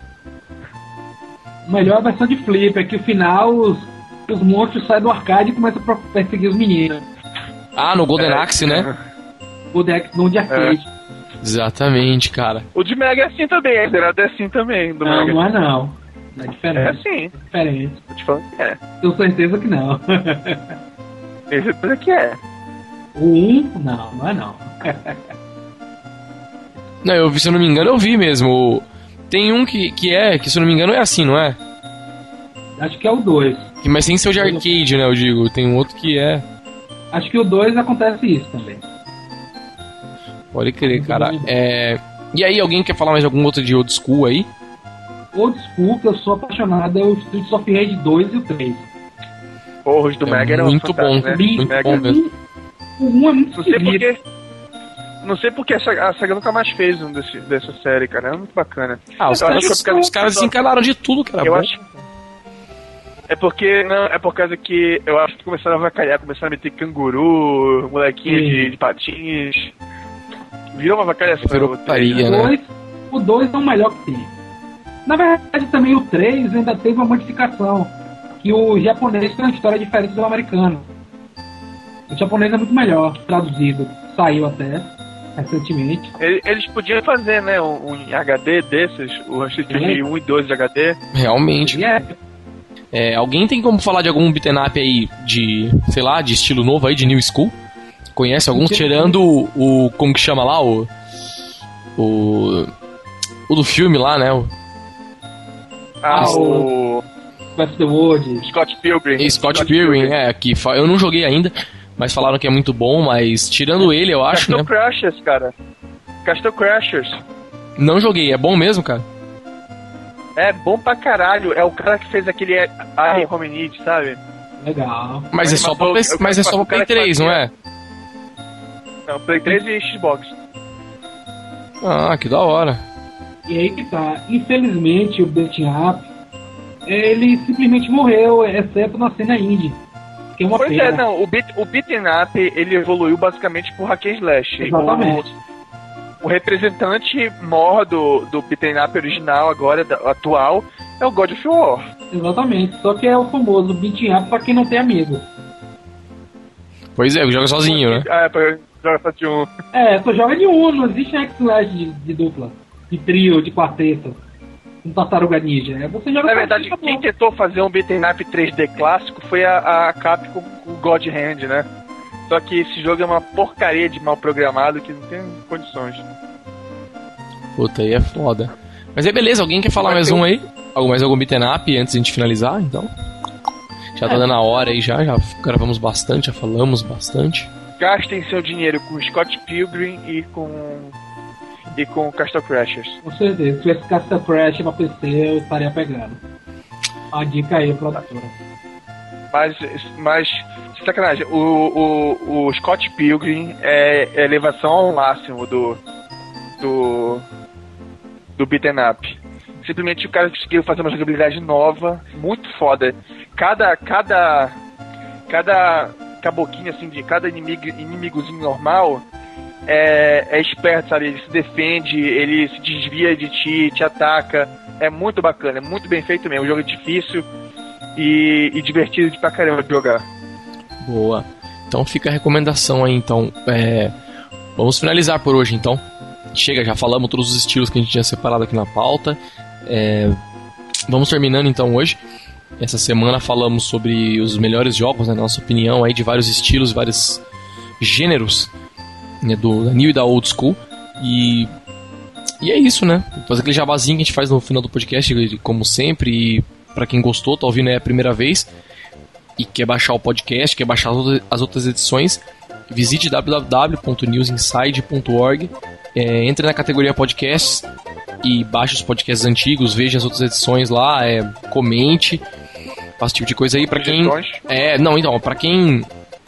Melhor versão de Flip é que o final os, os monstros saem do arcade e começam a perseguir os meninos. Ah, no Golden é, Axe, né? Golden Axe, não de arcade. É. Exatamente, cara. O de Mega é assim também, é zerado é assim também. Do não, Mega. não é não. É diferente. É sim. É diferente. Tô te falando que é. Tenho certeza que não. Tenho certeza que é. O um? Não, não é não. Não, eu vi, se eu não me engano, eu vi mesmo. Tem um que, que é, que se eu não me engano é assim, não é? Acho que é o dois. Mas sem ser o de arcade, né, eu digo. Tem um outro que é... Acho que o dois acontece isso também. Pode crer, cara. É... E aí, alguém quer falar mais de algum outro de old school aí? old school, que eu sou apaixonado, é o Streets of Rage dois e o três. Porra, os do É Mega eram muito bom, né? muito Mega. bom mesmo. O um é muito Não sei esquisito. porque. Não sei porque a Sega, a Sega nunca mais fez um desse, dessa série, cara. É muito bacana. Ah, os Eu caras, acho que é por os caras desencanaram de tudo que era Eu bom. acho. É porque. Não, é por causa que eu acho que começaram a vacalhar, começaram a meter canguru, molequinho Sim. de, de patins. Virou uma vacalhação. Virou o putaria, três, né? Dois, o dois é o melhor que tem. Na verdade, também o três ainda teve uma modificação. Que o japonês tem uma história diferente do americano. O japonês é muito melhor traduzido. Saiu até recentemente. Ele- Eles podiam fazer, né, um, um em H D desses, o Street Sim. um e dois de H D. Realmente. E é, É, alguém tem como falar de algum beat'em up aí de, sei lá, de estilo novo aí, de New School? Conhece alguns, Sim. tirando o, o- como que chama lá, o... O... O do filme lá, né? O Ah, Ah, o Westworld. Scott Pilgrim. Scott Pilgrim, é, que fa- eu não joguei ainda, mas falaram que é muito bom, mas tirando ele, eu acho, Castle né? Crashers, cara. Castle Crashers. Não joguei, é bom mesmo, cara? É bom pra caralho. É o cara que fez aquele Iron Hominid, sabe? Legal. Mas é só pra, Play- Eu- mas é só pra o cara Play que três, não é? Não, Play três e Xbox. Ah, que da hora. E aí que tá. Infelizmente, o beat'em up, ele simplesmente morreu, exceto na cena indie. Que é uma Pois pena. é, não. O, beat, o beat'em up, ele evoluiu basicamente por hack and slash. Exatamente. O, o representante maior do, do beat'em up original, agora, da- atual, é o God of War. Exatamente. Só que é o famoso beat'em up pra quem não tem amigo. Pois é, joga sozinho, né? Ah, é pra jogar só de um. É, só joga de um, não existe hack slash de, de dupla. De trio, de quarteto. Um tartaruga ninja. É, você joga Na só verdade, de acabou. quem tentou fazer um beat'em up três D clássico foi a, a Capcom com o God Hand, né? Só que esse jogo é uma porcaria de mal programado que não tem condições. Puta, aí é foda. Mas é beleza, alguém quer falar Vai mais ter um um- aí? Algum, mais algum beat'em up antes de a gente finalizar, então? Já tá É. dando a hora aí já, já gravamos bastante, já falamos bastante. Gastem seu dinheiro com Scott Pilgrim e com e com Castle Crashers. Com certeza. Se tivesse Castle Crash pra P C, eu estaria pegando. Uma dica aí, produtora. Mas, mas sacanagem, o, o, o Scott Pilgrim é, é elevação ao máximo do do do beat'em up. Simplesmente o cara conseguiu fazer uma jogabilidade nova, muito foda. Cada cada cada caboquinho assim de cada inimigo inimigozinho normal é, é esperto, sabe? Ele se defende, ele se desvia de ti, te ataca. É muito bacana, é muito bem feito mesmo. O jogo é difícil e, e divertido de pra caramba de jogar. Boa. Então fica a recomendação aí, então. É, vamos finalizar por hoje, então. Chega, já falamos todos os estilos que a gente tinha separado aqui na pauta. É, vamos terminando, então, hoje. Essa semana falamos sobre os melhores jogos, né, na nossa opinião, aí, de vários estilos, vários gêneros, né, do, da New e da Old School. E, e é isso, né? Fazer aquele jabazinho que a gente faz no final do podcast, como sempre. E pra quem gostou, tá ouvindo aí a primeira vez e quer baixar o podcast, quer baixar as outras edições, visite w w w ponto news inside ponto org, é, entre na categoria podcasts e baixe os podcasts antigos, veja as outras edições lá, é, comente, faça esse tipo de coisa aí. Pra quem Sugestões. é, não, então, pra quem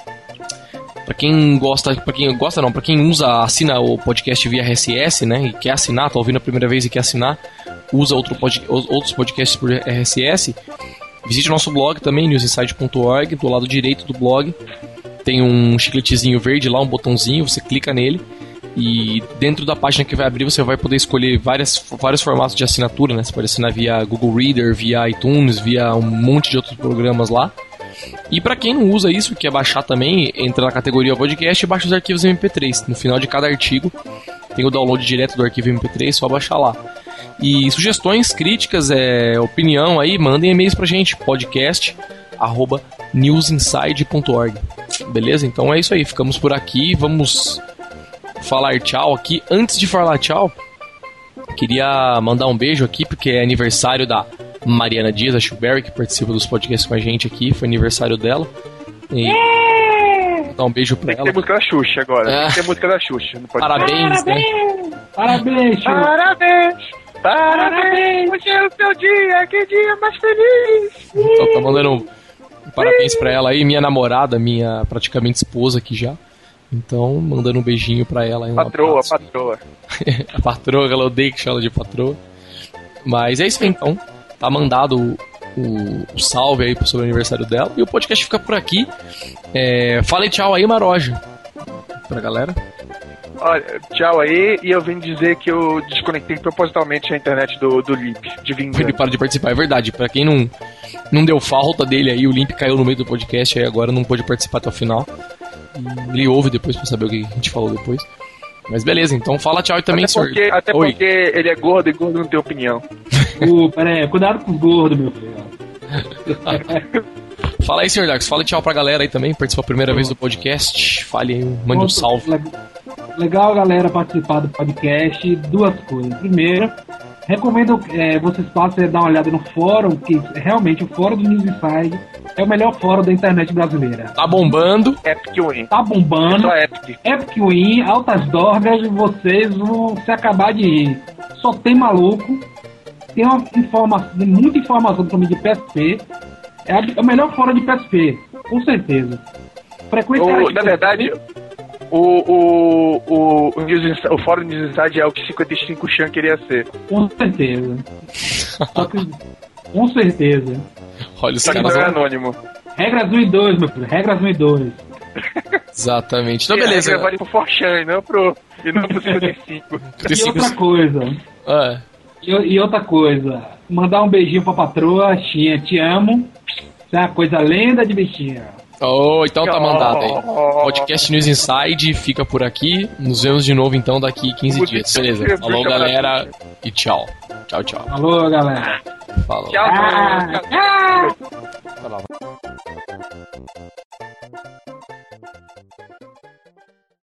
Pra quem gosta, para quem gosta não, para quem usa, assina o podcast via R S S, né, e quer assinar, tá ouvindo a primeira vez e quer assinar, usa outro pod, outros podcasts por R S S, visite o nosso blog também, news inside ponto org, do lado direito do blog tem um chicletezinho verde lá, um botãozinho, você clica nele e dentro da página que vai abrir você vai poder escolher várias, vários formatos de assinatura, né, você pode assinar via Google Reader, via iTunes, via um monte de outros programas lá. E pra quem não usa isso, quer baixar também, entra na categoria podcast e baixa os arquivos M P três. No final de cada artigo tem o download direto do arquivo M P três, só baixar lá. E sugestões, críticas, é, opinião aí, mandem e-mails pra gente, podcast arroba news inside ponto org. Beleza? Então é isso aí, ficamos por aqui, vamos falar tchau aqui. Antes de falar tchau, queria mandar um beijo aqui, porque é aniversário da Mariana Dias, a Shuberry, que participa dos podcasts com a gente aqui, foi aniversário dela. E vou dar um beijo pra Tem que ela. ter música da Xuxa agora. É. Tem que ter música da Xuxa. Não pode Parabéns, né? Parabéns, Chu. Parabéns! Parabéns, hoje é o seu dia, que dia mais feliz. Então tá mandando um parabéns pra ela aí, minha namorada, minha praticamente esposa aqui já. Então, mandando um beijinho pra ela aí. Um patroa, abraço. patroa. A patroa, ela odeia que chama de patroa. Mas é isso aí, então. Tá mandado o, o, o salve aí sobre o aniversário dela. E o podcast fica por aqui. É, fala aí tchau aí, Maroja. Pra galera. Olha, tchau aí. E eu vim dizer que eu desconectei propositalmente a internet do, do Limp, de vingança. Ele para de participar, é verdade. Pra quem não, não deu falta dele aí, o Limp caiu no meio do podcast. Aí agora não pôde participar até o final. E ele ouve depois pra saber o que a gente falou depois. Mas beleza, então fala tchau e também, até porque, senhor. Até Oi. porque ele é gordo e gordo não tem opinião. Uh, pera aí, cuidado com os gordos, meu filho. Fala aí, senhor Darks. Fala tchau pra galera aí também. Participou a primeira vez do podcast. Fale aí, mande um salve. Legal, galera, participar do podcast. Duas coisas. Primeiro, recomendo é, vocês passem a dar uma olhada no fórum, que realmente o fórum do News Inside é o melhor fórum da internet brasileira. Tá bombando. Epic Win. Tá bombando. Só Epic. Epic Win, altas dorgas, vocês vão se acabar de rir. Só tem maluco. Tem uma informação, muita informação também de P S P. É a, é o melhor fórum de P S P, com certeza. Frequência O, na verdade, o, o, o, o, News Inside, o fórum News Inside é o que cinquenta e cinco Chan queria ser. Com certeza. Só que, com certeza. Olha os Só que caras. não é anônimo. Regras um e dois, meu filho. Regras um e dois. Exatamente. Então, E a beleza. regra vale pro quatro Chan e não pro, e não pro cinquenta e cinco. E outra coisa. Ah, E, e outra coisa. Mandar um beijinho pra patroa, Xinha, te amo. Isso é uma coisa lenda de bichinha. oh, então tá mandado aí. Podcast News Inside fica por aqui. Nos vemos de novo então daqui quinze dias. Beleza. Falou, galera. E tchau. Tchau, tchau. Falou, galera. Falou. Tchau, Ah, tchau. ah.